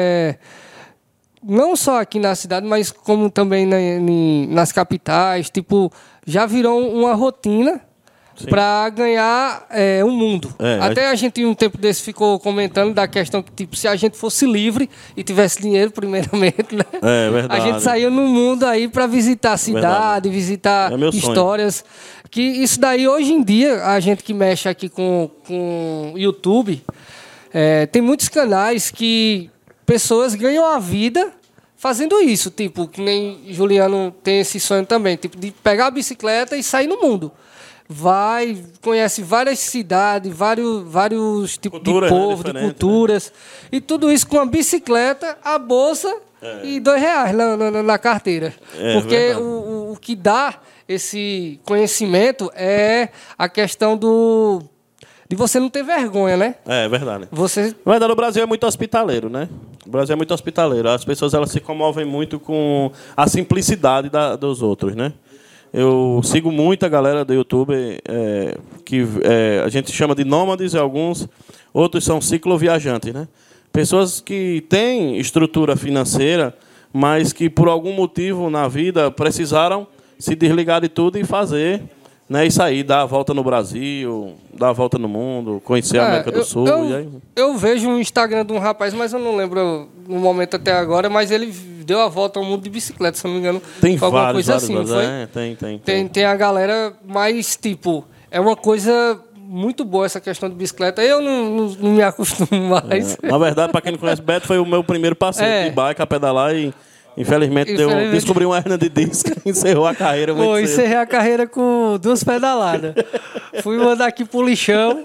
[SPEAKER 2] não só aqui na cidade, mas como também nas capitais, tipo, já virou uma rotina para ganhar o mundo. Até a gente, um tempo desse, ficou comentando da questão que, tipo, se a gente fosse livre e tivesse dinheiro, primeiramente, né?
[SPEAKER 3] É verdade.
[SPEAKER 2] A gente saiu no mundo aí para visitar a cidade, visitar histórias. Que isso daí, hoje em dia, a gente que mexe aqui com YouTube, tem muitos canais que pessoas ganham a vida fazendo isso. Tipo, que nem Juliano tem esse sonho também, tipo, de pegar a bicicleta e sair no mundo. Conhece várias cidades, vários tipos de povo, de culturas. Né? E tudo isso com a bicicleta, a bolsa e R$2 na carteira. Porque o que dá esse conhecimento é a questão de você não ter vergonha, né?
[SPEAKER 3] É verdade. Na verdade, o Brasil é muito hospitaleiro, né? O Brasil é muito hospitaleiro. As pessoas elas se comovem muito com a simplicidade dos outros, né? Eu sigo muita galera do YouTube que a gente chama de nômades, e outros são cicloviajantes, né? Pessoas que têm estrutura financeira, mas que por algum motivo na vida precisaram se desligar de tudo e fazer, né? E sair, dar a volta no Brasil, dar a volta no mundo, conhecer a América do Sul.
[SPEAKER 2] Eu vejo um Instagram de um rapaz, mas eu não lembro no momento até agora, mas ele deu a volta ao mundo de bicicleta, se não me engano.
[SPEAKER 3] Tem
[SPEAKER 2] alguma coisa assim, não foi? Tem a galera, mas, tipo, é uma coisa muito boa essa questão de bicicleta. Eu não me acostumo mais.
[SPEAKER 3] Na verdade, para quem não conhece, Beto foi o meu primeiro passeio de bike a pedalar e infelizmente descobri uma hernia de disco e encerrou a carreira muito cedo.
[SPEAKER 2] Encerrei a carreira com 2 pedaladas. Fui mandar aqui pro lixão.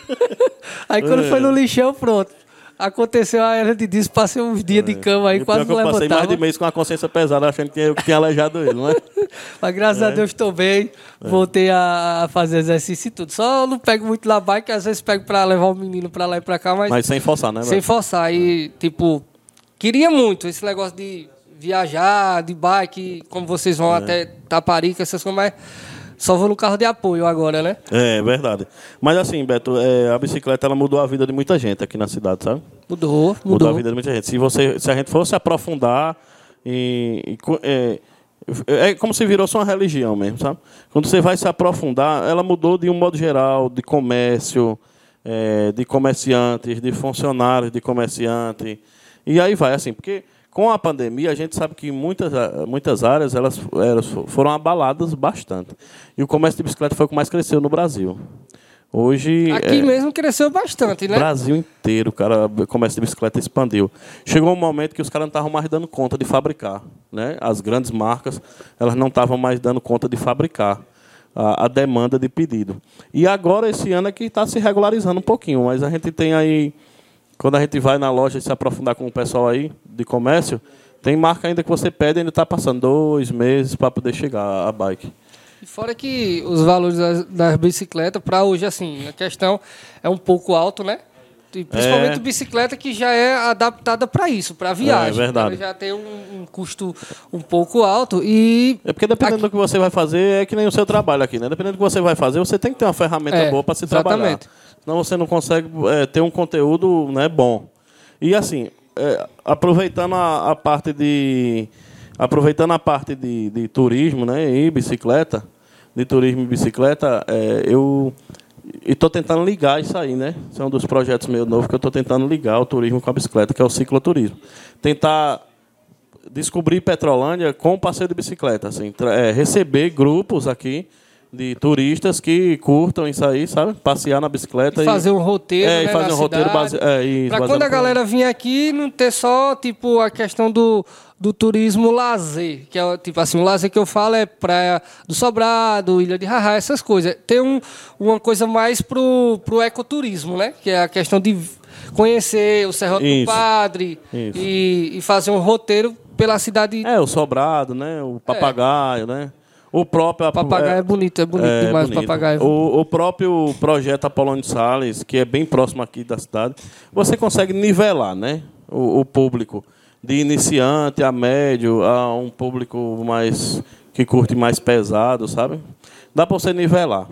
[SPEAKER 2] Aí quando foi no lixão, pronto. Aconteceu a hernia de disco, passei uns dias de cama aí, quase não levantava.
[SPEAKER 3] Eu passei mais de mês com a consciência pesada, achando que eu tinha aleijado ele, não é?
[SPEAKER 2] Mas graças a Deus estou bem, voltei a fazer exercício e tudo. Só não pego muito na bike, às vezes pego para levar o menino para lá e para cá, mas
[SPEAKER 3] sem forçar, né?
[SPEAKER 2] Sem forçar. E, tipo, queria muito esse negócio de viajar, de bike, como vocês vão até Taparica, essas coisas, mas só vou no carro de apoio agora, né?
[SPEAKER 3] É verdade. Mas assim, Beto, a bicicleta ela mudou a vida de muita gente aqui na cidade, sabe?
[SPEAKER 2] Mudou
[SPEAKER 3] a vida de muita gente. Se a gente fosse aprofundar, é como se virou só uma religião mesmo, sabe? Quando você vai se aprofundar, ela mudou de um modo geral, de comércio, de comerciantes, de funcionários de comerciante. E aí vai, assim, porque com a pandemia, a gente sabe que muitas áreas elas foram abaladas bastante. E o comércio de bicicleta foi o que mais cresceu no Brasil. Hoje...
[SPEAKER 2] Aqui mesmo cresceu bastante, né?
[SPEAKER 3] O Brasil inteiro, cara, o comércio de bicicleta expandiu. Chegou um momento que os caras não estavam mais dando conta de fabricar, né? As grandes marcas, elas não estavam mais dando conta de fabricar a demanda de pedido. E agora, esse ano, é que está se regularizando um pouquinho. Mas a gente tem aí... Quando a gente vai na loja e se aprofundar com o pessoal aí de comércio, tem marca ainda que você pede e ainda está passando 2 meses para poder chegar a bike.
[SPEAKER 2] E fora que os valores das bicicletas, para hoje, assim, a questão é um pouco alto, né? E principalmente bicicleta que já é adaptada para isso, para viagem.
[SPEAKER 3] É verdade.
[SPEAKER 2] Ela já tem um custo um pouco alto e...
[SPEAKER 3] É porque dependendo do que você vai fazer, é que nem o seu trabalho aqui, né? Dependendo do que você vai fazer, você tem que ter uma ferramenta boa para se trabalhar. Senão você não consegue ter um conteúdo, né, bom. E assim, aproveitando a parte de turismo, né, e bicicleta, eu estou tentando ligar isso aí, né? Esse é um dos projetos meio novo que eu estou tentando ligar o turismo com a bicicleta, que é o cicloturismo. Tentar descobrir Petrolândia com passeio de bicicleta, assim, receber grupos aqui de turistas que curtam isso aí, sabe? Passear na bicicleta
[SPEAKER 2] e fazer um roteiro, né,
[SPEAKER 3] fazer um roteiro
[SPEAKER 2] para quando a galera vir aqui não ter só tipo a questão do turismo lazer, que é tipo assim, o lazer que eu falo é Praia do Sobrado, Ilha de Rará, essas coisas. Tem uma coisa mais pro ecoturismo, né? Que é a questão de conhecer o Serrote do Padre e fazer um roteiro pela cidade.
[SPEAKER 3] O Sobrado, né? O Papagaio, né? O próprio...
[SPEAKER 2] Papagaio é bonito demais
[SPEAKER 3] bonito.
[SPEAKER 2] o papagaio.
[SPEAKER 3] O próprio projeto Apolônio Salles, que é bem próximo aqui da cidade, você consegue nivelar, né, o público de iniciante a médio, a um público mais que curte mais pesado, sabe? Dá para você nivelar.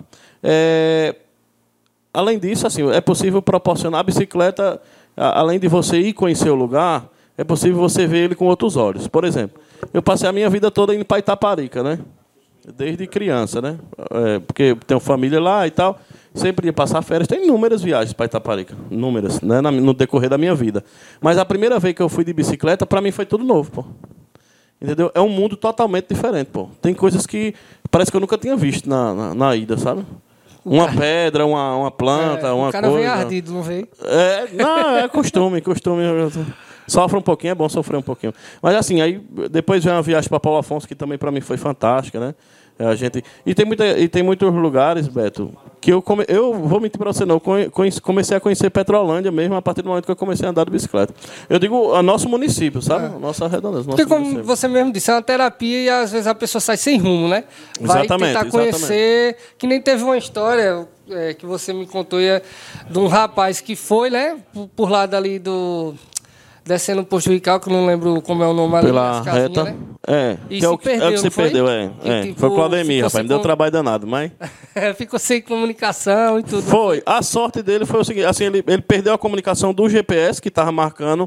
[SPEAKER 3] Além disso, assim, é possível proporcionar a bicicleta, além de você ir conhecer o lugar, é possível você ver ele com outros olhos. Por exemplo, eu passei a minha vida toda indo para Itaparica, né? Desde criança, né? Porque tenho família lá e tal. Sempre ia passar férias. Tem inúmeras viagens para Itaparica. Inúmeras, né? No decorrer da minha vida. Mas a primeira vez que eu fui de bicicleta, para mim foi tudo novo, pô. Entendeu? É um mundo totalmente diferente, pô. Tem coisas que parece que eu nunca tinha visto na ida, sabe? Uma pedra, uma planta, uma coisa.
[SPEAKER 2] O cara vem ardido, não vem?
[SPEAKER 3] Não, é costume. Sofre um pouquinho, é bom sofrer um pouquinho. Mas assim, aí depois vem uma viagem para Paulo Afonso, que também para mim foi fantástica, né? Tem muitos lugares, Beto, que eu vou mentir para você não, comecei a conhecer Petrolândia mesmo a partir do momento que eu comecei a andar de bicicleta. Eu digo o nosso município, sabe? Nossa redondeza.
[SPEAKER 2] Porque como você mesmo disse, é uma terapia e às vezes a pessoa sai sem rumo, né? Vai tentar conhecer, que nem teve uma história que você me contou de um rapaz que foi, né, por lá dali descendo o posto Rical, que eu não lembro como é o nome ali.
[SPEAKER 3] Pela reta.
[SPEAKER 2] Né?
[SPEAKER 3] E se perdeu, se perdeu,
[SPEAKER 2] tipo,
[SPEAKER 3] foi com o Claudemir, rapaz. Me deu trabalho danado, mas...
[SPEAKER 2] Ficou sem comunicação e tudo.
[SPEAKER 3] Foi. A sorte dele foi o seguinte, assim, ele perdeu a comunicação do GPS, que estava marcando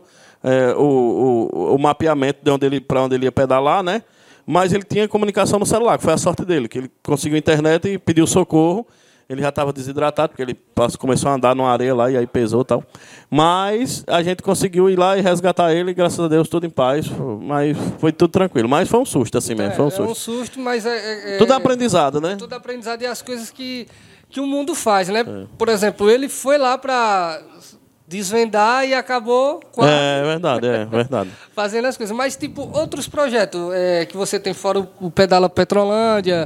[SPEAKER 3] o mapeamento de para onde ele ia pedalar, né? Mas ele tinha comunicação no celular, que foi a sorte dele, que ele conseguiu internet e pediu socorro. Ele já estava desidratado, porque ele começou a andar numa areia lá e aí pesou e tal. Mas a gente conseguiu ir lá e resgatar ele, graças a Deus, tudo em paz. Mas foi tudo tranquilo. Mas foi um susto, assim mesmo. Foi um susto.
[SPEAKER 2] É um susto, mas...
[SPEAKER 3] tudo aprendizado, né?
[SPEAKER 2] Tudo aprendizado e as coisas que o mundo faz, né? Por exemplo, ele foi lá para desvendar e acabou...
[SPEAKER 3] É verdade.
[SPEAKER 2] Fazendo as coisas. Mas, tipo, outros projetos que você tem fora o Pedala Petrolândia...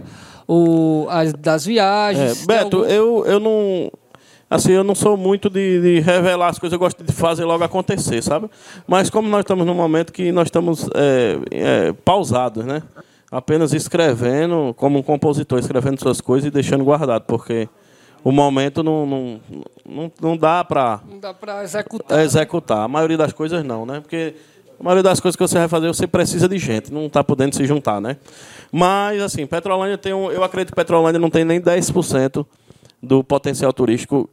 [SPEAKER 2] das viagens.
[SPEAKER 3] Beto, eu não... Assim, eu não sou muito de revelar as coisas, eu gosto de fazer logo acontecer, sabe? Mas como nós estamos num momento que nós estamos pausados, né? Apenas escrevendo, como um compositor, escrevendo suas coisas e deixando guardado, porque o momento não dá para...
[SPEAKER 2] Não dá para executar.
[SPEAKER 3] Executar. A maioria das coisas não, né? Porque... A maioria das coisas que você vai fazer, você precisa de gente, não está podendo se juntar, né? Mas, assim, Petrolândia eu acredito que Petrolândia não tem nem 10% do potencial turístico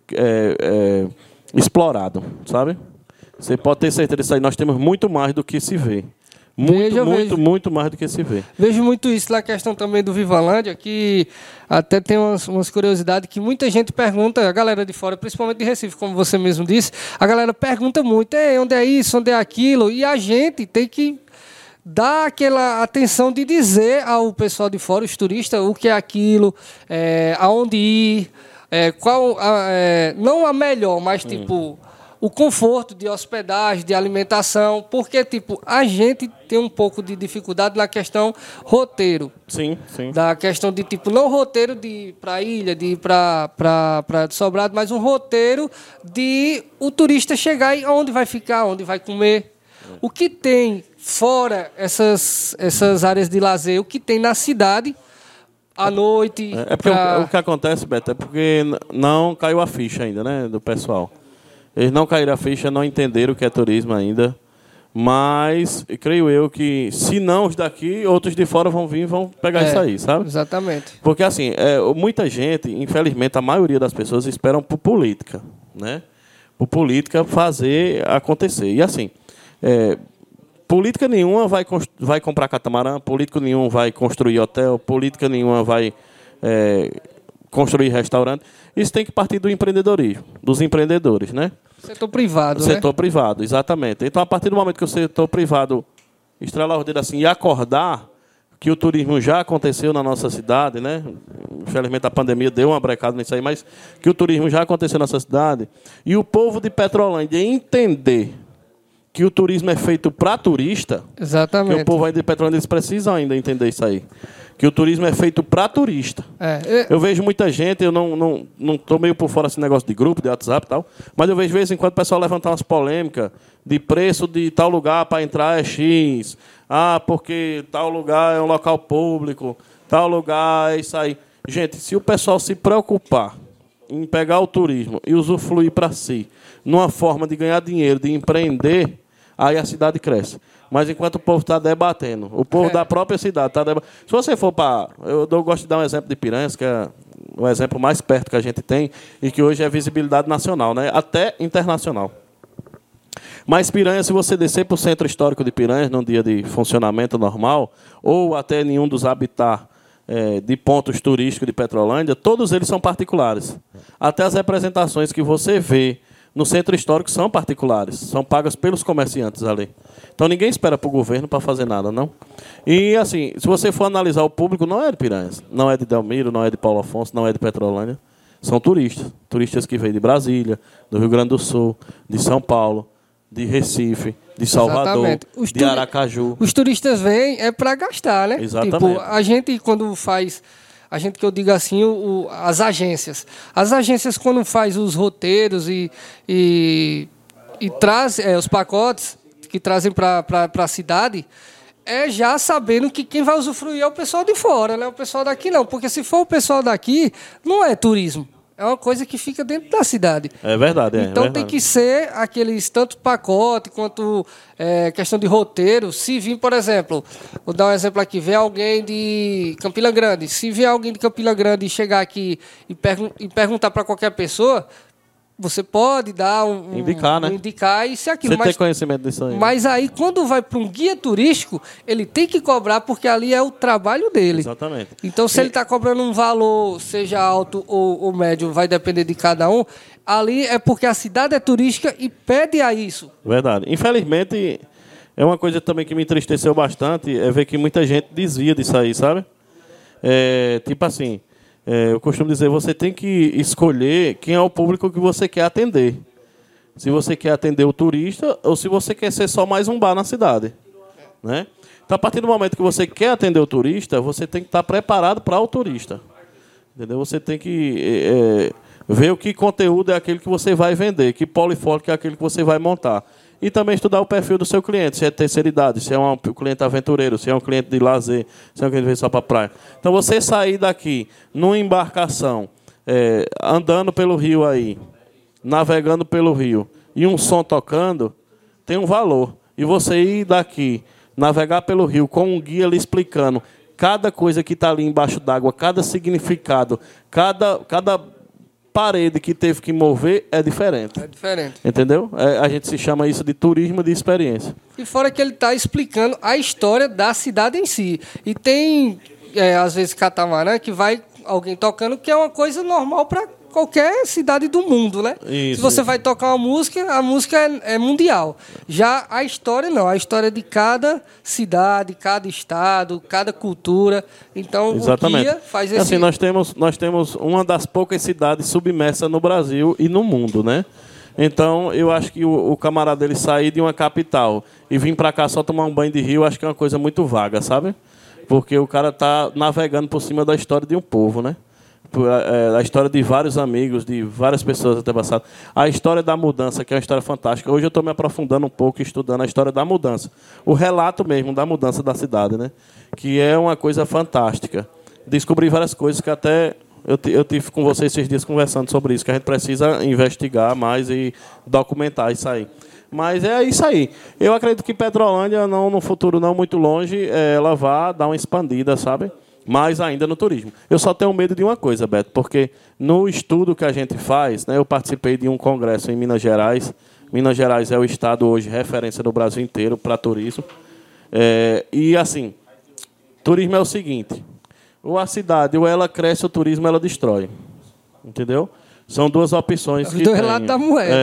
[SPEAKER 3] explorado, sabe? Você pode ter certeza disso aí. Nós temos muito mais do que se vê. Muito mais do que se vê.
[SPEAKER 2] Vejo muito isso na questão também do Vivalândia, que até tem umas curiosidades que muita gente pergunta, a galera de fora, principalmente de Recife, como você mesmo disse, a galera pergunta muito, onde é isso, onde é aquilo, e a gente tem que dar aquela atenção de dizer ao pessoal de fora, os turistas, o que é aquilo, aonde ir, não a melhor, mas tipo... O conforto de hospedagem, de alimentação, porque, tipo, a gente tem um pouco de dificuldade na questão roteiro.
[SPEAKER 3] Sim.
[SPEAKER 2] Da questão de, tipo, não roteiro de ir para a ilha, de ir para Sobrado, mas um roteiro de o turista chegar e onde vai ficar, onde vai comer. O que tem fora essas áreas de lazer, o que tem na cidade... à noite...
[SPEAKER 3] Porque o que acontece, Beto, é porque não caiu a ficha ainda, né, do pessoal. Eles não caíram a ficha, não entenderam o que é turismo ainda. Mas creio eu que, se não os daqui, outros de fora vão vir e vão pegar isso aí, sabe?
[SPEAKER 2] Exatamente.
[SPEAKER 3] Porque, assim, muita gente, infelizmente, a maioria das pessoas esperam por política, né? Por política fazer acontecer. E, assim, política nenhuma vai comprar catamarã, político nenhum vai construir hotel, política nenhuma vai construir restaurante. Isso tem que partir do empreendedorismo, dos empreendedores, né?
[SPEAKER 2] Setor privado, né?
[SPEAKER 3] Setor privado, exatamente. Então, a partir do momento que o setor privado estrelar o dedo assim e acordar que o turismo já aconteceu na nossa cidade, né? Infelizmente, a pandemia deu uma brecada nisso aí, mas que o turismo já aconteceu na nossa cidade, e o povo de Petrolândia entender que o turismo é feito para turista.
[SPEAKER 2] Exatamente.
[SPEAKER 3] Que o povo aí de Petrolândia, eles precisam ainda entender isso aí. Que o turismo é feito para turista. Eu vejo muita gente, eu não estou meio por fora desse negócio de grupo, de WhatsApp e tal, mas eu vejo de vez em quando o pessoal levantar umas polêmicas de preço de tal lugar para entrar é X, porque tal lugar é um local público, tal lugar, é isso aí. Gente, se o pessoal se preocupar em pegar o turismo e usufruir para si, numa forma de ganhar dinheiro, de empreender, aí a cidade cresce. Mas enquanto o povo está debatendo, o povo da própria cidade está debatendo. Se você for para... Eu gosto de dar um exemplo de Piranhas, que é o exemplo mais perto que a gente tem e que hoje é visibilidade nacional, né? Até internacional. Mas Piranhas, se você descer para o centro histórico de Piranhas, num dia de funcionamento normal, ou até nenhum dos habitat de pontos turísticos de Petrolândia, todos eles são particulares. Até as representações que você vê no centro histórico são particulares, são pagas pelos comerciantes ali. Então ninguém espera para o governo para fazer nada, não. E assim, se você for analisar o público, não é de Piranhas, não é de Delmiro, não é de Paulo Afonso, não é de Petrolândia. São turistas. Turistas que vêm de Brasília, do Rio Grande do Sul, de São Paulo, de Recife, de Salvador, de Aracaju.
[SPEAKER 2] Os turistas vêm para gastar, né?
[SPEAKER 3] Exatamente.
[SPEAKER 2] Tipo, a gente quando faz... A gente, que eu digo assim, as agências. As agências, quando faz os roteiros e traz os pacotes que trazem para a cidade, é já sabendo que quem vai usufruir é o pessoal de fora, né? O pessoal daqui não. Porque se for o pessoal daqui, não é turismo. É uma coisa que fica dentro da cidade.
[SPEAKER 3] É verdade.
[SPEAKER 2] Então tem que ser aqueles tanto pacote quanto questão de roteiro. Se vir, por exemplo, vou dar um exemplo aqui, vem alguém de Campina Grande. Se vier alguém de Campina Grande e chegar aqui e perguntar para qualquer pessoa, você pode dar
[SPEAKER 3] indicar, né?
[SPEAKER 2] Indicar isso e aquilo.
[SPEAKER 3] Você tem conhecimento disso aí.
[SPEAKER 2] Mas aí, quando vai para um guia turístico, ele tem que cobrar, porque ali é o trabalho dele.
[SPEAKER 3] Exatamente.
[SPEAKER 2] Então, se ele está cobrando um valor, seja alto ou médio, vai depender de cada um, ali é porque a cidade é turística e pede a isso.
[SPEAKER 3] Verdade. Infelizmente, é uma coisa também que me entristeceu bastante, é ver que muita gente desvia disso aí, sabe? Tipo assim... eu costumo dizer, você tem que escolher quem é o público que você quer atender. Se você quer atender o turista ou se você quer ser só mais um bar na cidade. Né? Então, a partir do momento que você quer atender o turista, você tem que estar preparado para o turista. Entendeu? Você tem que ver o que conteúdo é aquele que você vai vender, que polifólico é aquele que você vai montar. E também estudar o perfil do seu cliente, se é terceira idade, se é um cliente aventureiro, se é um cliente de lazer, se é um cliente que vem só para a praia. Então, você sair daqui numa embarcação, andando pelo rio aí, navegando pelo rio, e um som tocando, tem um valor. E você ir daqui, navegar pelo rio, com um guia lhe explicando cada coisa que está ali embaixo d'água, cada significado, cada parede que teve que mover é diferente.
[SPEAKER 2] É diferente.
[SPEAKER 3] Entendeu? A gente se chama isso de turismo de experiência.
[SPEAKER 2] E fora que ele está explicando a história da cidade em si. E tem, às vezes, catamarã que vai alguém tocando, que é uma coisa normal para qualquer cidade do mundo, né?
[SPEAKER 3] Isso,
[SPEAKER 2] se você vai tocar uma música, a música é mundial. Já a história não. A história de cada cidade, cada estado, cada cultura. Então,
[SPEAKER 3] exatamente.
[SPEAKER 2] O guia faz esse...
[SPEAKER 3] Assim, nós temos uma das poucas cidades submersas no Brasil e no mundo, né? Então, eu acho que o camarada ele sair de uma capital e vir para cá só tomar um banho de rio, acho que é uma coisa muito vaga, sabe? Porque o cara está navegando por cima da história de um povo, né? A história de vários amigos, de várias pessoas até passado. A história da mudança, que é uma história fantástica. Hoje eu estou me aprofundando um pouco, estudando a história da mudança. O relato mesmo da mudança da cidade, né? Que é uma coisa fantástica. Descobri várias coisas que até eu tive com você esses dias conversando sobre isso, que a gente precisa investigar mais e documentar isso aí. Mas é isso aí. Eu acredito que Petrolândia, no futuro não muito longe, ela vai dar uma expandida, sabe? Mais ainda no turismo. Eu só tenho medo de uma coisa, Beto, porque no estudo que a gente faz, né, eu participei de um congresso em Minas Gerais. Minas Gerais é o estado hoje referência do Brasil inteiro para turismo. E assim, turismo é o seguinte, ou a cidade, ou ela cresce, o turismo ela destrói. Entendeu? São duas opções que
[SPEAKER 2] do relato da moeda.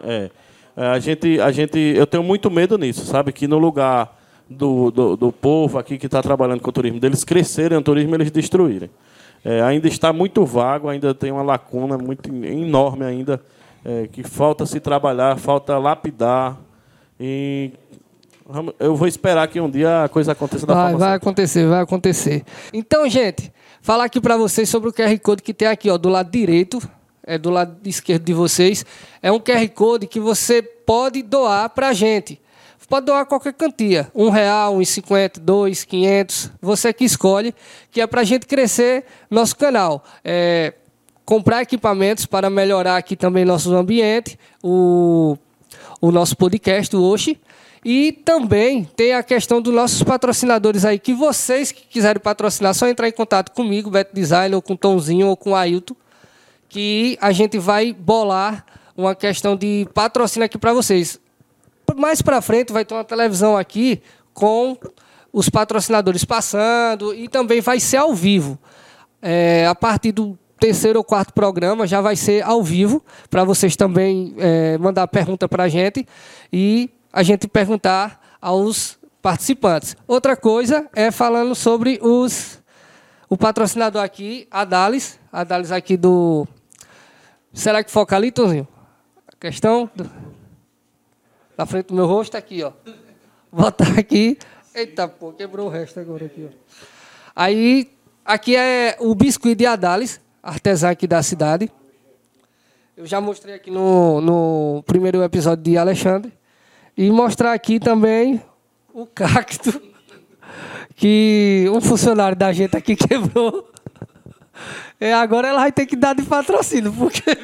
[SPEAKER 3] Eu tenho muito medo nisso, sabe? Que no lugar do povo aqui que está trabalhando com o turismo, deles crescerem o turismo, eles destruírem. Ainda está muito vago, ainda tem uma lacuna muito enorme ainda, que falta se trabalhar, falta lapidar. E eu vou esperar que um dia a coisa aconteça da forma certa.
[SPEAKER 2] Vai acontecer. Então, gente, falar aqui para vocês sobre o QR Code que tem aqui, ó, do lado direito, do lado esquerdo de vocês. É um QR Code que você pode doar para a gente. Pode doar qualquer quantia, R$1, R$1,50, R$2, R$500, você que escolhe, que é para a gente crescer nosso canal. Comprar equipamentos para melhorar aqui também nosso ambiente, o nosso podcast, o Oxi. E também tem a questão dos nossos patrocinadores aí, que vocês que quiserem patrocinar, só entrar em contato comigo, Beto Design, ou com o Tonzinho, ou com o Ailton, que a gente vai bolar uma questão de patrocínio aqui para vocês. Mais para frente vai ter uma televisão aqui com os patrocinadores passando e também vai ser ao vivo. A partir do 3º ou 4º programa já vai ser ao vivo, para vocês também mandar pergunta para a gente e a gente perguntar aos participantes. Outra coisa é falando sobre o patrocinador aqui, a Dalis aqui do... Será que foca ali, Tonzinho? A questão na frente do meu rosto, aqui, ó. Vou botar aqui. Eita, pô, quebrou o resto agora aqui, ó. Aí, aqui é o biscoito de Adalis, artesã aqui da cidade. Eu já mostrei aqui no primeiro episódio de Alexandre. E mostrar aqui também o cacto que um funcionário da gente aqui quebrou. Agora ela vai ter que dar de patrocínio, porque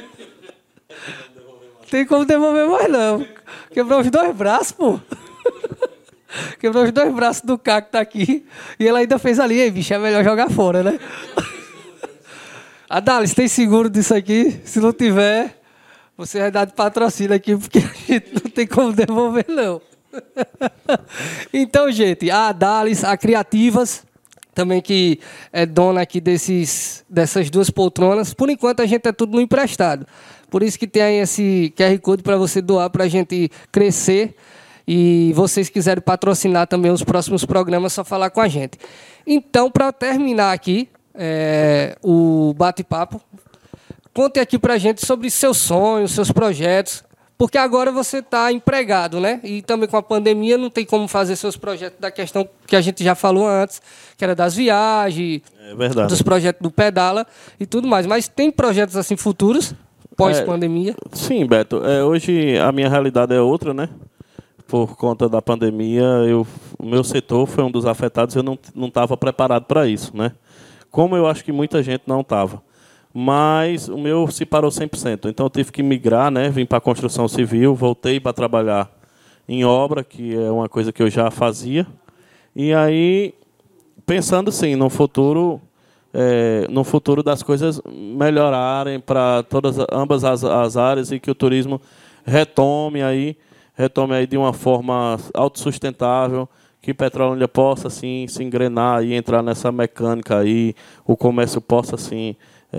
[SPEAKER 2] tem como devolver mais não. Quebrou os 2 braços, pô. Quebrou os 2 braços do cacto aqui. E ela ainda fez ali, ei, bicho, é melhor jogar fora, né? Adalis, tem seguro disso aqui? Se não tiver, você vai dar de patrocínio aqui, porque a gente não tem como devolver, não. Então, gente, a Adalis, a Criativas, também que é dona aqui dessas 2 poltronas. Por enquanto, a gente é tudo no emprestado. Por isso que tem aí esse QR Code para você doar, para a gente crescer. E vocês quiserem patrocinar também os próximos programas, é só falar com a gente. Então, para terminar aqui o bate-papo, conte aqui para a gente sobre seus sonhos, seus projetos. Porque agora você está empregado, né? E também com a pandemia não tem como fazer seus projetos da questão que a gente já falou antes, que era das viagens, dos projetos do Pedala e tudo mais. Mas tem projetos assim futuros, pós-pandemia?
[SPEAKER 3] Sim, Beto. Hoje a minha realidade é outra, né? Por conta da pandemia, o meu setor foi um dos afetados e eu não estava preparado para isso, né? Como eu acho que muita gente não estava. Mas o meu se parou 100%. Então eu tive que migrar, né? Vim para a construção civil, voltei para trabalhar em obra, que é uma coisa que eu já fazia. E aí, pensando sim, no futuro das coisas melhorarem para ambas as áreas e que o turismo retome aí de uma forma autossustentável, que Petrolândia possa assim, se engrenar e entrar nessa mecânica aí, o comércio possa assim,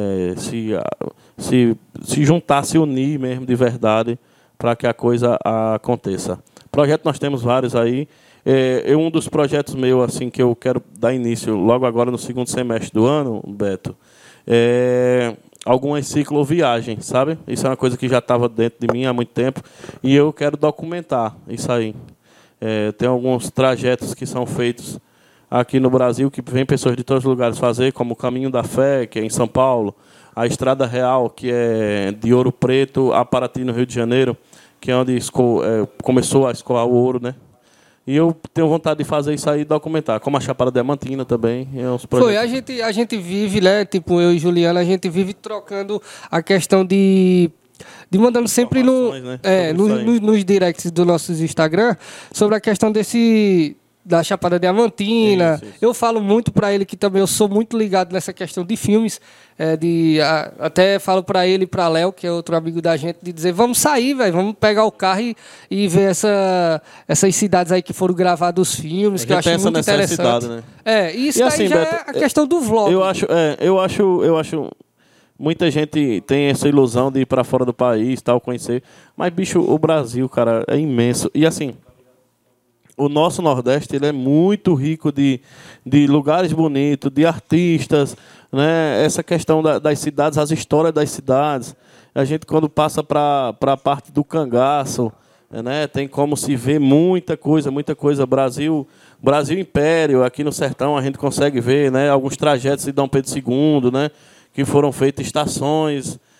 [SPEAKER 3] se juntar, se unir mesmo de verdade para que a coisa aconteça. Projeto nós temos vários aí. Um dos projetos meus assim, que eu quero dar início logo agora no 2º semestre do ano, Beto, algumas cicloviagens, sabe? Isso é uma coisa que já estava dentro de mim há muito tempo e eu quero documentar isso aí. Tem alguns trajetos que são feitos aqui no Brasil, que vem pessoas de todos os lugares fazer, como o Caminho da Fé, que é em São Paulo, a Estrada Real, que é de Ouro Preto a Paraty, no Rio de Janeiro, que é onde começou a escoar o ouro, né? E eu tenho vontade de fazer isso aí e documentar, como a Chapada Diamantina também.
[SPEAKER 2] A gente vive, né? Tipo, eu e Juliana, a gente vive trocando a questão de mandando sempre nos directs dos nossos Instagram sobre a questão da Chapada Diamantina. Isso. Eu falo muito para ele que também eu sou muito ligado nessa questão de filmes. Até falo para ele e para Léo, que é outro amigo da gente, de dizer, vamos sair, velho, vamos pegar o carro e ver essas cidades aí que foram gravados os filmes, que eu acho muito interessante. Né? Isso e daí assim, já Beto, é a questão do vlog.
[SPEAKER 3] Eu acho muita gente tem essa ilusão de ir para fora do país, tal, conhecer. Mas, bicho, o Brasil, cara, é imenso. E assim, o nosso Nordeste ele é muito rico de lugares bonitos, de artistas, né? Essa questão das cidades, as histórias das cidades. A gente, quando passa para a parte do cangaço, né? Tem como se ver muita coisa. Brasil Império, aqui no Sertão a gente consegue ver, né? Alguns trajetos de Dom Pedro II, né? Que foram feitas estações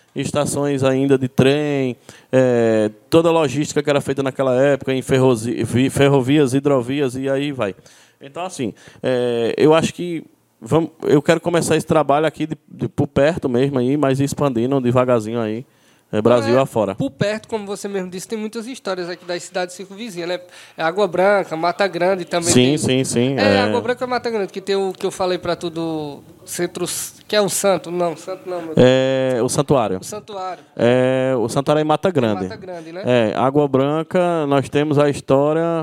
[SPEAKER 3] estações ainda de trem, toda a logística que era feita naquela época em ferrovias, hidrovias e aí vai. Então, assim, eu acho que eu quero começar esse trabalho aqui por perto mesmo, aí, mas expandindo devagarzinho aí. Brasil afora.
[SPEAKER 2] Por perto, como você mesmo disse, tem muitas histórias aqui das cidades circunvizinhas, né? Água Branca, Mata Grande também.
[SPEAKER 3] Sim.
[SPEAKER 2] Água Branca e Mata Grande, que tem o que eu falei para tudo, centro, que é o Santo. Não, Santo não, meu Deus.
[SPEAKER 3] O Santuário.
[SPEAKER 2] O Santuário.
[SPEAKER 3] O Santuário é em Mata Grande.
[SPEAKER 2] Mata Grande, né?
[SPEAKER 3] Água Branca, nós temos a história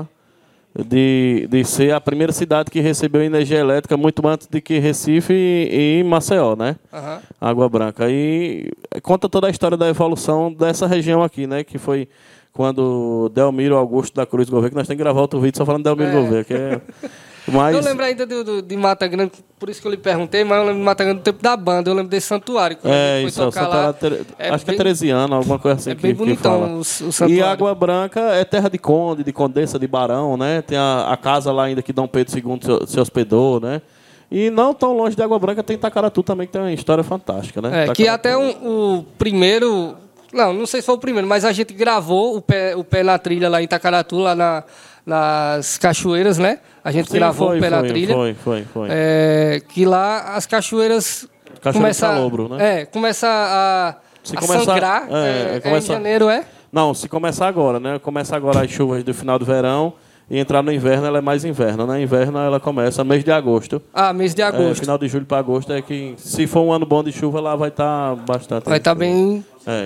[SPEAKER 3] de ser a primeira cidade que recebeu energia elétrica muito antes de que Recife e Maceió, né?
[SPEAKER 2] Uhum.
[SPEAKER 3] Água Branca. E conta toda a história da evolução dessa região aqui, né? Que foi quando Delmiro Augusto da Cruz Gouveia, que nós temos que gravar outro vídeo só falando de Delmiro Gouveia.
[SPEAKER 2] Eu lembro ainda de Mata Grande, por isso que eu lhe perguntei, mas eu lembro de Mata Grande do tempo da banda, eu lembro desse santuário.
[SPEAKER 3] Isso, o santuário acho que é Teresiano, alguma coisa assim.
[SPEAKER 2] É bem bonitão o santuário.
[SPEAKER 3] E Água Branca é terra de conde, de condessa, de barão, né? Tem a casa lá ainda que Dom Pedro II se hospedou, né? E não tão longe de Água Branca tem Itacaratu também, que tem uma história fantástica, né?
[SPEAKER 2] Que até o primeiro... Não sei se foi o primeiro, mas a gente gravou o pé na trilha lá em Itacaratu, lá nas cachoeiras, né? A gente gravou o pé na trilha.
[SPEAKER 3] Foi.
[SPEAKER 2] Que lá as cachoeiras começam
[SPEAKER 3] Salobro, né?
[SPEAKER 2] Começa a sangrar. Em janeiro,
[SPEAKER 3] Não, se começar agora, né? Começa agora as chuvas do final do verão e entrar no inverno, ela é mais inverno, né? Inverno ela começa mês de agosto.
[SPEAKER 2] Mês de agosto.
[SPEAKER 3] Final de julho para agosto é que, se for um ano bom de chuva, lá vai estar bastante.
[SPEAKER 2] Vai estar bem...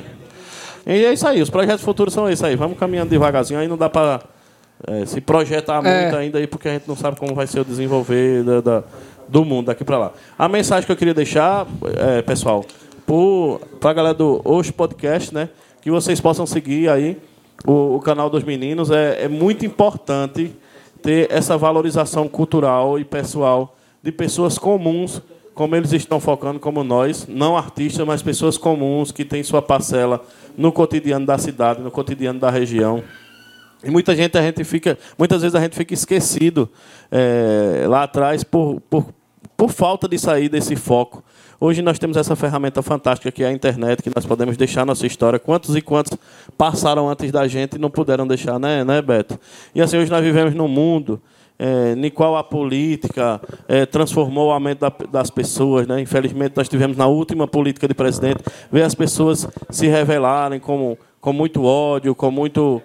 [SPEAKER 3] E é isso aí, os projetos futuros são esses aí. Vamos caminhando devagarzinho, aí não dá para se projetar muito ainda aí, porque a gente não sabe como vai ser o desenvolver do mundo daqui para lá. A mensagem que eu queria deixar, pessoal, para a galera do Oxe Podcast, né, que vocês possam seguir aí o canal dos meninos. É muito importante ter essa valorização cultural e pessoal de pessoas comuns, como eles estão focando, como nós, não artistas, mas pessoas comuns que têm sua parcela no cotidiano da cidade, no cotidiano da região. E muitas vezes a gente fica esquecido lá atrás por falta de sair desse foco. Hoje nós temos essa ferramenta fantástica que é a internet, que nós podemos deixar nossa história. Quantos e quantos passaram antes da gente e não puderam deixar, né, Beto? E assim, hoje nós vivemos num mundo no qual a política transformou a mente das pessoas, né? Infelizmente, nós tivemos na última política de presidente, ver as pessoas se revelarem com muito ódio, com muito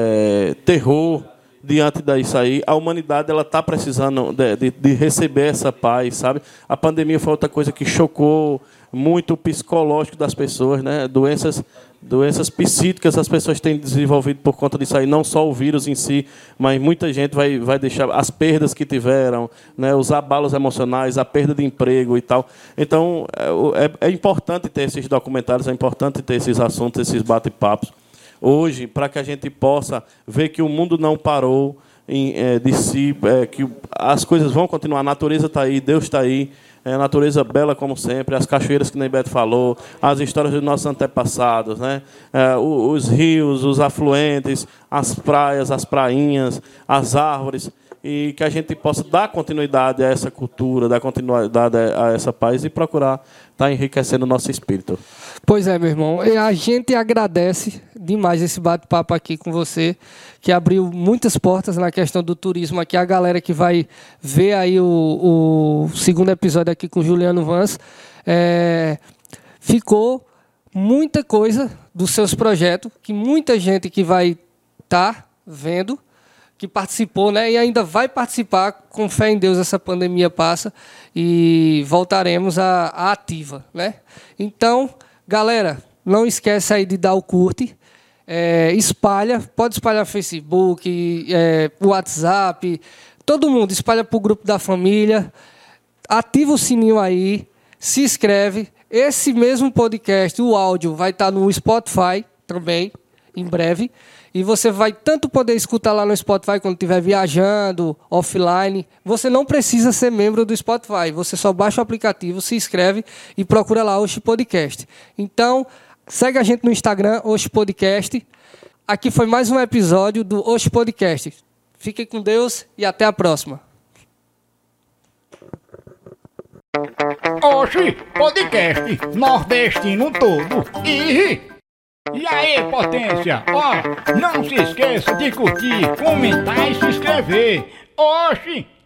[SPEAKER 3] terror diante disso aí. A humanidade está precisando de receber essa paz, sabe? A pandemia foi outra coisa que chocou muito o psicológico das pessoas, né? Doenças psíquicas as pessoas têm desenvolvido por conta disso aí, não só o vírus em si, mas muita gente vai deixar as perdas que tiveram, né? Os abalos emocionais, a perda de emprego e tal. Então, é importante ter esses documentários, é importante ter esses assuntos, esses bate-papos. Hoje, para que a gente possa ver que o mundo não parou de si, que as coisas vão continuar, a natureza está aí, Deus está aí, a natureza bela como sempre, as cachoeiras que nem Beto falou, as histórias dos nossos antepassados, né? Os rios, os afluentes, as praias, as prainhas, as árvores, e que a gente possa dar continuidade a essa cultura, dar continuidade a essa paz e procurar estar enriquecendo o nosso espírito.
[SPEAKER 2] Pois é, meu irmão. A gente agradece demais esse bate-papo aqui com você, que abriu muitas portas na questão do turismo aqui. A galera que vai ver aí o segundo episódio aqui com o Juliano Vans, ficou muita coisa dos seus projetos, que muita gente que vai estar vendo, que participou, né, e ainda vai participar, com fé em Deus essa pandemia passa e voltaremos à ativa, né? Então, galera, não esquece aí de dar o curte, pode espalhar no Facebook, WhatsApp, todo mundo, espalha para o grupo da família, ativa o sininho aí, se inscreve. Esse mesmo podcast, o áudio, vai estar no Spotify também, em breve. E você vai tanto poder escutar lá no Spotify quando estiver viajando, offline. Você não precisa ser membro do Spotify. Você só baixa o aplicativo, se inscreve e procura lá Oxe Podcast. Então, segue a gente no Instagram, Oxe Podcast. Aqui foi mais um episódio do Oxe Podcast. Fiquem com Deus e até a próxima.
[SPEAKER 1] Oxi, podcast nordestino todo. E aí, potência? Ó, não se esqueça de curtir, comentar e se inscrever. Oxi!